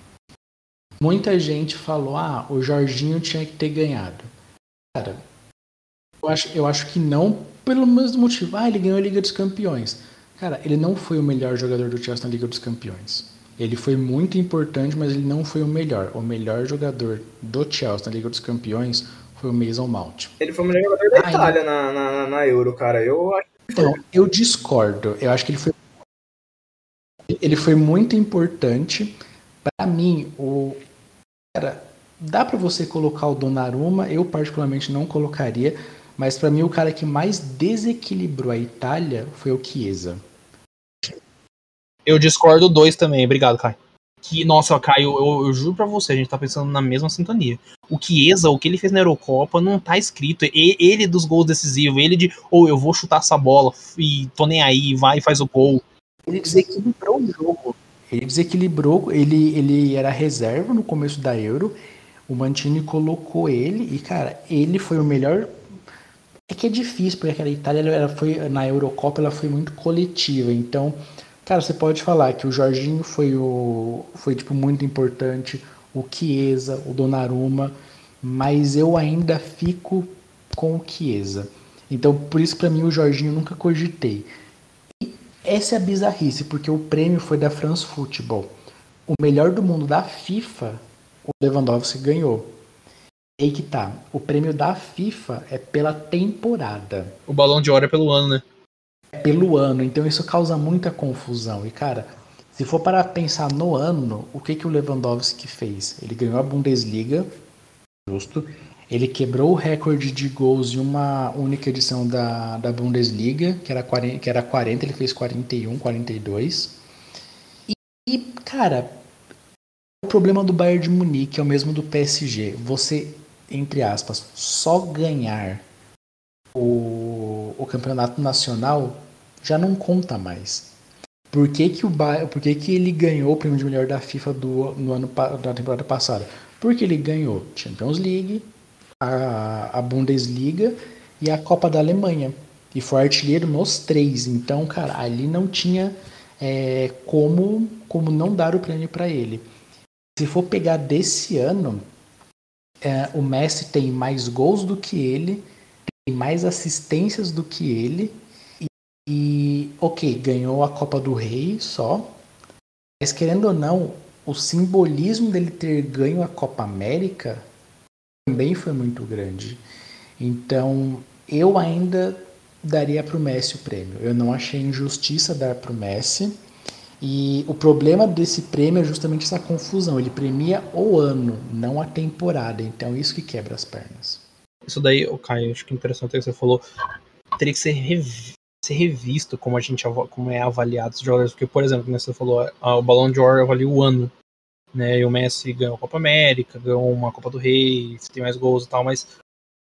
Muita gente falou, ah, o Jorginho tinha que ter ganhado. Cara, eu acho, eu acho que não, pelo mesmo motivo. Ah, ele ganhou a Liga dos Campeões. Cara, ele não foi o melhor jogador do Chelsea na Liga dos Campeões. Ele foi muito importante, mas ele não foi o melhor. O melhor jogador do Chelsea na Liga dos Campeões foi o Mason Mount. Ele foi o melhor jogador da Ai, Itália na, na, na Euro, cara. Eu acho que Então, eu discordo. Eu acho que ele foi ele foi muito importante. Para mim, o cara, dá para você colocar o Donnarumma, eu particularmente não colocaria, mas para mim o cara que mais desequilibrou a Itália foi o Chiesa. Eu discordo dois também, obrigado, Caio. Que, nossa, Caio, eu, eu juro pra você, a gente tá pensando na mesma sintonia. O Chiesa, o que ele fez na Eurocopa, não tá escrito. Ele, ele dos gols decisivos, ele de, ou oh, eu vou chutar essa bola e tô nem aí, vai e faz o gol. Ele desequilibrou o jogo. Ele desequilibrou, ele, ele era reserva no começo da Euro, o Mancini colocou ele e, cara, ele foi o melhor. É que é difícil, porque aquela Itália, ela foi, na Eurocopa, ela foi muito coletiva, então, cara, você pode falar que o Jorginho foi, o, foi tipo, muito importante, o Chiesa, o Donnarumma, mas eu ainda fico com o Chiesa. Então, por isso, pra mim, o Jorginho eu nunca cogitei. E essa é a bizarrice, porque o prêmio foi da France Football. O melhor do mundo da FIFA, o Lewandowski ganhou. Aí que tá. O prêmio da FIFA é pela temporada. O Balão de Ouro é pelo ano, né? É pelo ano. Então isso causa muita confusão. E, cara, se for para pensar no ano, o que, que o Lewandowski fez? Ele ganhou a Bundesliga, justo. Ele quebrou o recorde de gols em uma única edição da, da Bundesliga, que era, quarenta, que era quarenta, ele fez quarenta e um, quarenta e dois. E, e, cara, o problema do Bayern de Munique é o mesmo do P S G. Você, entre aspas, só ganhar o, o campeonato nacional já não conta mais. Por que, que, o ba... Por que, que ele ganhou o prêmio de melhor da FIFA do, no ano, da temporada passada? Porque ele ganhou Champions League, a, a Bundesliga e a Copa da Alemanha. E foi artilheiro nos três. Então, cara, ali não tinha é, como, como não dar o prêmio para ele. Se for pegar desse ano, é, o Messi tem mais gols do que ele, tem mais assistências do que ele, e, e ok, ganhou a Copa do Rei só, mas querendo ou não, o simbolismo dele ter ganho a Copa América também foi muito grande. Então, eu ainda daria para o Messi o prêmio. Eu não achei injustiça dar para o Messi. E o problema desse prêmio é justamente essa confusão. Ele premia o ano, não a temporada. Então, isso que quebra as pernas. Isso daí, o Caio, acho que é interessante que você falou. Teria que ser, rev... ser revisto como a gente como é avaliado os jogadores. Porque, por exemplo, como você falou, o Balão de Ouro avalia o ano. Né? E o Messi ganhou a Copa América, ganhou uma Copa do Rei, tem mais gols e tal, mas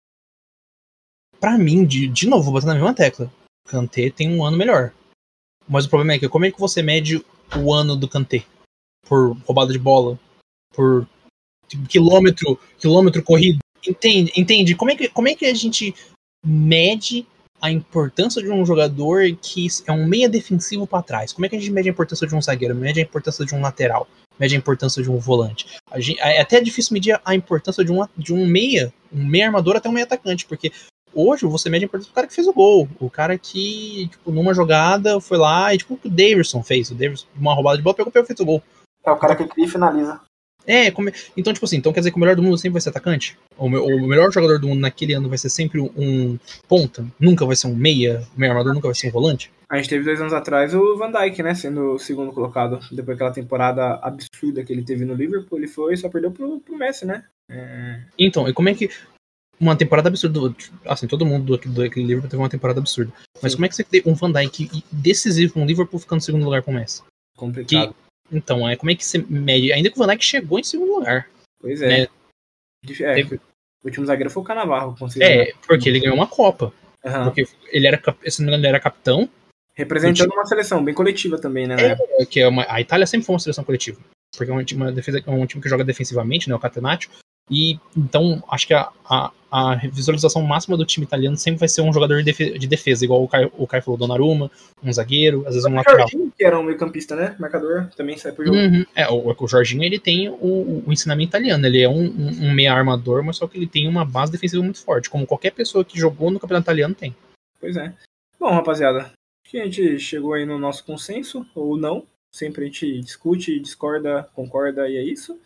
pra mim, de, de novo, vou bater na mesma tecla. O Kanté tem um ano melhor. Mas o problema é que como é que você mede o ano do Kanté? Por roubada de bola? Por quilômetro, quilômetro corrido? Entende? Entende? Como é que, como é que a gente mede a importância de um jogador que é um meia defensivo para trás? Como é que a gente mede a importância de um zagueiro? Mede a importância de um lateral? Mede a importância de um volante? A gente, é até difícil medir a importância de um, de um meia, um meia armador até um meia atacante, porque hoje você mede a importância do cara que fez o gol, o cara que, tipo, numa jogada foi lá e, tipo, o que o Davidson fez, o Davidson, uma roubada de bola, pegou e fez o gol. É o cara que cria e finaliza. É, como, então, tipo assim, então quer dizer que o melhor do mundo sempre vai ser atacante? O, o melhor jogador do mundo naquele ano vai ser sempre um ponta? Nunca vai ser um meia? O meio armador nunca vai ser um volante? A gente teve dois anos atrás o Van Dijk, né, sendo o segundo colocado. Depois daquela temporada absurda que ele teve no Liverpool, ele foi só perdeu pro, pro Messi, né? É... Então, e como é que uma temporada absurda, assim, todo mundo do, do Liverpool teve uma temporada absurda, mas Sim. Como é que você tem um Van Dijk decisivo com o Liverpool ficando em segundo lugar com o Messi? Complicado. Que, então, é, como é que você mede? Ainda que o Van Dijk chegou em segundo lugar. Pois é. Né? É teve... O último zagueiro foi o Cannavaro. É, porque ele ganhou uma Copa. Uhum. Porque ele era, se não me engano, ele era capitão. Representando uma seleção bem coletiva também, né? É, que é uma, a Itália sempre foi uma seleção coletiva. Porque é um time, uma defesa, é um time que joga defensivamente, né? O Catenaccio. E então, acho que a, a, a visualização máxima do time italiano sempre vai ser um jogador de defesa, igual o Caio, o Caio falou, Donnarumma, um zagueiro, às vezes um lateral. O Jorginho, que era um meio campista, né? Marcador, também sai pro jogo. Uhum. É, o, o Jorginho, ele tem o, o ensinamento italiano, ele é um, um, um meia armador, mas só que ele tem uma base defensiva muito forte, como qualquer pessoa que jogou no campeonato italiano tem. Pois é. Bom, rapaziada, acho que a gente chegou aí no nosso consenso, ou não. Sempre a gente discute, discorda, concorda e é isso.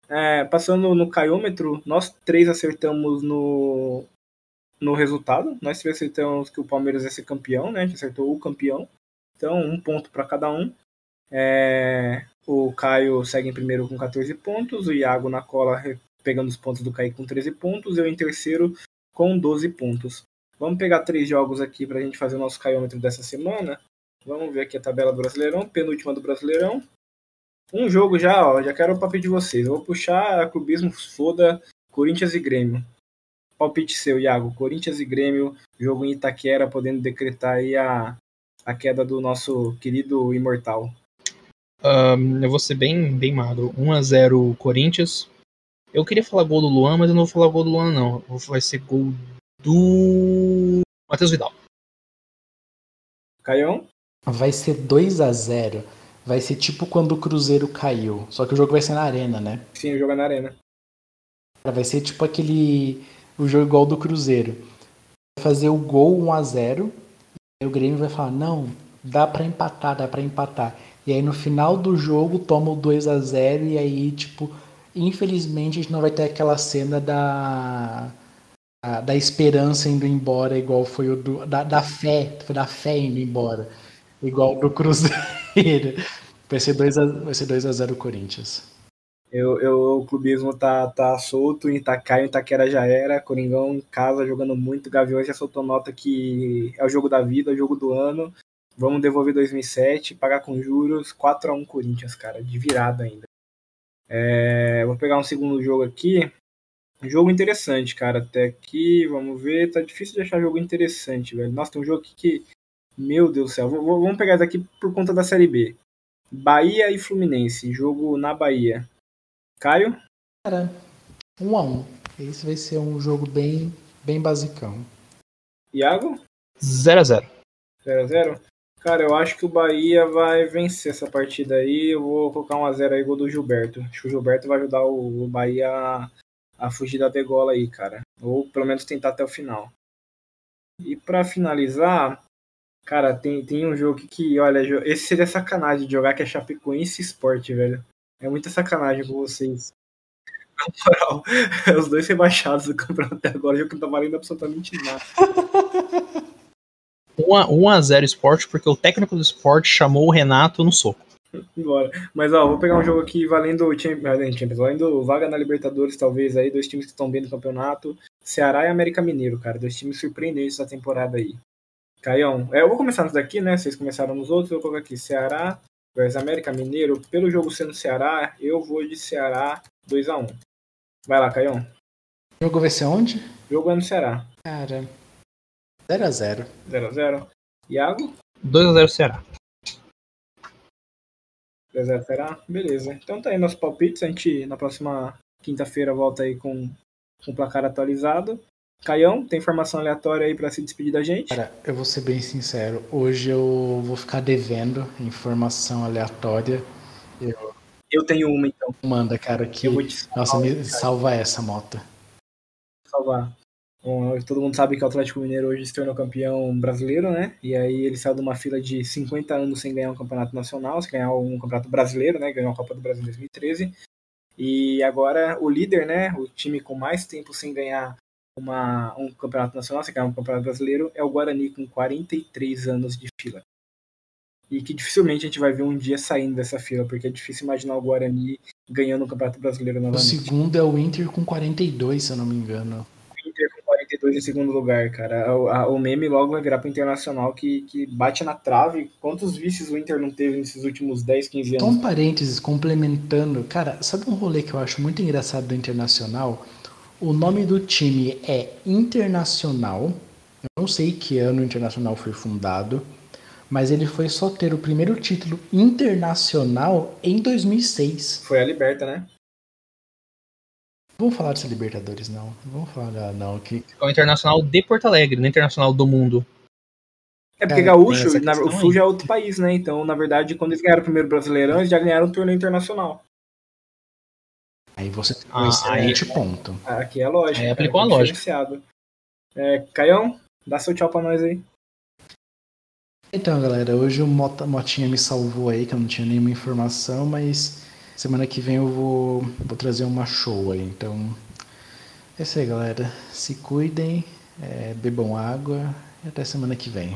É, passando no caiômetro, nós três acertamos no, no resultado. Nós três acertamos que o Palmeiras ia ser campeão, né? A gente acertou o campeão. Então, um ponto para cada um. É, o Caio segue em primeiro com quatorze pontos, o Iago na cola pegando os pontos do Caio com treze pontos, eu em terceiro com doze pontos. Vamos pegar três jogos aqui para a gente fazer o nosso caiômetro dessa semana. Vamos ver aqui a tabela do Brasileirão, penúltima do Brasileirão. Um jogo já, ó, já quero o palpite de vocês. Eu vou puxar clubismo, foda, Corinthians e Grêmio. Palpite seu, Iago. Corinthians e Grêmio, jogo em Itaquera, podendo decretar aí a, a queda do nosso querido imortal. Um, eu vou ser bem, bem magro. um a zero Corinthians. Eu queria falar gol do Luan, mas eu não vou falar gol do Luan, não. Vai ser gol do Matheus Vidal. Caião? Vai ser dois a zero. Vai ser tipo quando o Cruzeiro caiu. Só que o jogo vai ser na arena, né? Sim, o jogo é na arena. Vai ser tipo aquele... O jogo igual do Cruzeiro. Vai fazer o gol um a zero. E aí o Grêmio vai falar, não, dá pra empatar, dá pra empatar. E aí no final do jogo toma o dois a zero. E aí, tipo... Infelizmente a gente não vai ter aquela cena da... Da esperança indo embora, igual foi o do... Da, da fé. Foi da fé indo embora. Igual do Cruzeiro. Vai ser dois a zero Corinthians. Eu, eu, o clubismo tá, tá solto, em Itacaia, em Itaquera já era, Coringão em casa jogando muito, Gaviões já soltou nota que é o jogo da vida, é o jogo do ano, vamos devolver dois mil e sete, pagar com juros, quatro a um Corinthians, cara, de virada ainda. É, vou pegar um segundo jogo aqui, jogo interessante, cara, até aqui, vamos ver, tá difícil de achar jogo interessante, velho. Nossa, tem um jogo aqui que, meu Deus do céu, vou, vou, vamos pegar esse aqui por conta da Série B. Bahia e Fluminense, jogo na Bahia. Caio? Cara, um a um. Esse vai ser um jogo bem, bem basicão. Iago? zero a zero. zero a zero? Cara, eu acho que o Bahia vai vencer essa partida aí. Eu vou colocar um a zero aí, gol do Gilberto. Acho que o Gilberto vai ajudar o Bahia a, a fugir da degola aí, cara. Ou pelo menos tentar até o final. E pra finalizar, cara, tem, tem um jogo que, que, olha, esse seria sacanagem de jogar, que é Chapecoense Sport, velho. É muita sacanagem com vocês. Na moral, os dois rebaixados do campeonato até agora, o jogo que não tá valendo absolutamente nada. um a zero Sport, porque o técnico do Sport chamou o Renato no soco. Embora. Mas ó, vou pegar um jogo aqui valendo Champions, valendo vaga na Libertadores, talvez aí, dois times que estão bem no campeonato. Ceará e América Mineiro, cara. Dois times surpreendentes essa temporada aí. Caião, é, eu vou começar nos daqui, né? Vocês começaram nos outros, eu vou colocar aqui. Ceará versus América Mineiro. Pelo jogo sendo Ceará, eu vou de Ceará dois a um. Vai lá, Caião. O jogo vai ser onde? O jogo é no Ceará. Cara, zero a zero. zero a zero. Iago? dois a zero Ceará. dois a zero Ceará? Beleza. Então tá aí nossos palpites. A gente na próxima quinta-feira volta aí com o placar atualizado. Caião, tem informação aleatória aí pra se despedir da gente? Cara, eu vou ser bem sincero. Hoje eu vou ficar devendo informação aleatória. Eu... Eu tenho uma, então. Manda, cara, que... Eu vou te salvar, Nossa, me cara. salva essa, Mota. Salvar. Bom, todo mundo sabe que o Atlético Mineiro hoje se tornou campeão brasileiro, né? E aí ele saiu de uma fila de cinquenta anos sem ganhar um campeonato nacional, sem ganhar um campeonato brasileiro, né? Ganhou a Copa do Brasil em dois mil e treze. E agora o líder, né? O time com mais tempo sem ganhar uma, um campeonato nacional, sem ganhar um campeonato brasileiro, é o Guarani, com quarenta e três anos de fila. E que dificilmente a gente vai ver um dia saindo dessa fila, porque é difícil imaginar o Guarani ganhando o Campeonato Brasileiro novamente. O segundo é o Inter com quarenta e dois, se eu não me engano. O Inter com quarenta e dois em segundo lugar, cara. O, a, o meme logo vai virar pro Internacional, que, que bate na trave. Quantos vices o Inter não teve nesses últimos dez, quinze anos? Só um parênteses, complementando. Cara, sabe um rolê que eu acho muito engraçado do Internacional? O nome do time é Internacional. Eu não sei que ano o Internacional foi fundado, mas ele foi só ter o primeiro título internacional em dois mil e seis. Foi a Liberta, né? Vamos falar dessa Libertadores, não. Vamos falar, não. Que... É o Internacional de Porto Alegre, não é Internacional do mundo. É porque É, Gaúcho, na, o aí. Sul já é outro país, né? Então, na verdade, quando eles ganharam o primeiro Brasileirão, eles já ganharam o torneio internacional. Aí você tem Ah, um excelente aí- ponto. Aqui é lógico. Aí aplicou a lógica. É, Caião, dá seu tchau pra nós aí. Então, galera, hoje o Mota, Motinha me salvou aí, que eu não tinha nenhuma informação, mas semana que vem eu vou, vou trazer uma show aí. Então, é isso aí, galera. Se cuidem, é, bebam água e até semana que vem.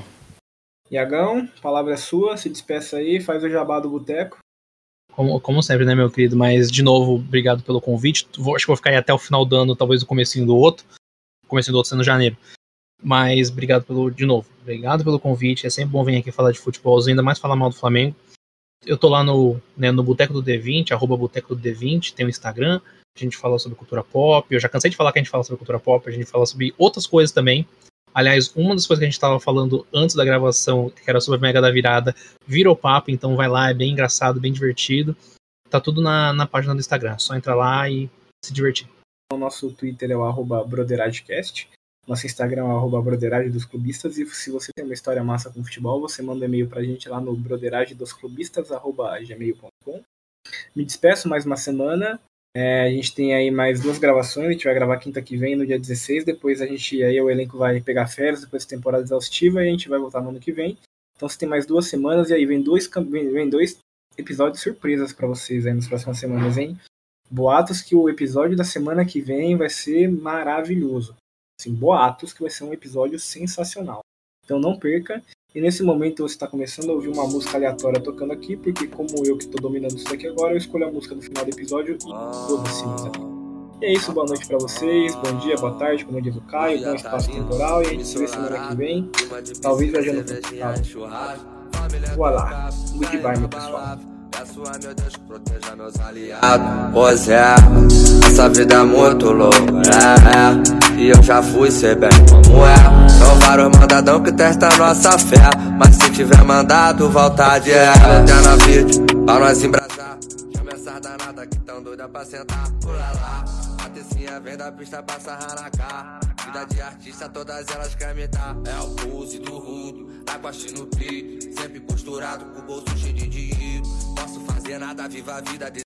Iagão, a palavra é sua, se despeça aí, faz o jabá do boteco. Como, como sempre, né, meu querido? Mas, de novo, obrigado pelo convite. Vou, acho que vou ficar aí até o final do ano, talvez o comecinho do outro. O comecinho do outro sendo janeiro. Mas, obrigado pelo, de novo, obrigado pelo convite. É sempre bom vir aqui falar de futebol, ainda mais falar mal do Flamengo. Eu tô lá no, né, no Boteco do D vinte, arroba Boteco do D vinte, tem o Instagram. A gente fala sobre cultura pop. Eu já cansei de falar que a gente fala sobre cultura pop. A gente fala sobre outras coisas também. Aliás, uma das coisas que a gente estava falando antes da gravação, que era sobre a Mega da Virada, virou papo, então vai lá, é bem engraçado, bem divertido. Tá tudo na, na página do Instagram, só entra lá e se divertir. O nosso Twitter é o arroba broderadecast, nosso Instagram é o arroba broderage dos clubistas, e se você tem uma história massa com futebol, você manda um e-mail pra gente lá no broderadedosclubistas arroba gmail ponto com. Me despeço mais uma semana. É, a gente tem aí mais duas gravações, a gente vai gravar quinta que vem, no dia dezesseis, depois a gente, aí o elenco vai pegar férias, depois da temporada exaustiva, e a gente vai voltar no ano que vem. Então você tem mais duas semanas, e aí vem dois, vem dois episódios surpresas pra vocês aí nas próximas semanas, hein? Boatos que o episódio da semana que vem vai ser maravilhoso. Assim, boatos que vai ser um episódio sensacional. Então não perca. E nesse momento você está começando a ouvir uma música aleatória tocando aqui, porque como eu que estou dominando isso daqui agora, eu escolho a música do final do episódio e foda-se. E é isso, boa noite para vocês, bom dia, boa tarde, como diz o Caio, bom espaço temporal, e a gente se vê semana que vem, talvez viajando pro hospital. Voilà, goodbye, meu pessoal. Peço a meu Deus que proteja meus aliados. Pois é, essa vida é muito louca, é, é. E eu já fui ser bem como é. São vários mandadão que testam nossa fé, mas se tiver mandado, volta de é. Até na vídeo, pra nós embrasar. Chama essas danadas que tão doida pra sentar. Pula lá, a tecinha vem da pista pra sarrar na cara. Vida de artista, todas elas querem me dar. É o pulse do rudo, água no pi. Sempre costurado com o bolso cheio de dinheiro. Posso fazer nada, viva a vida de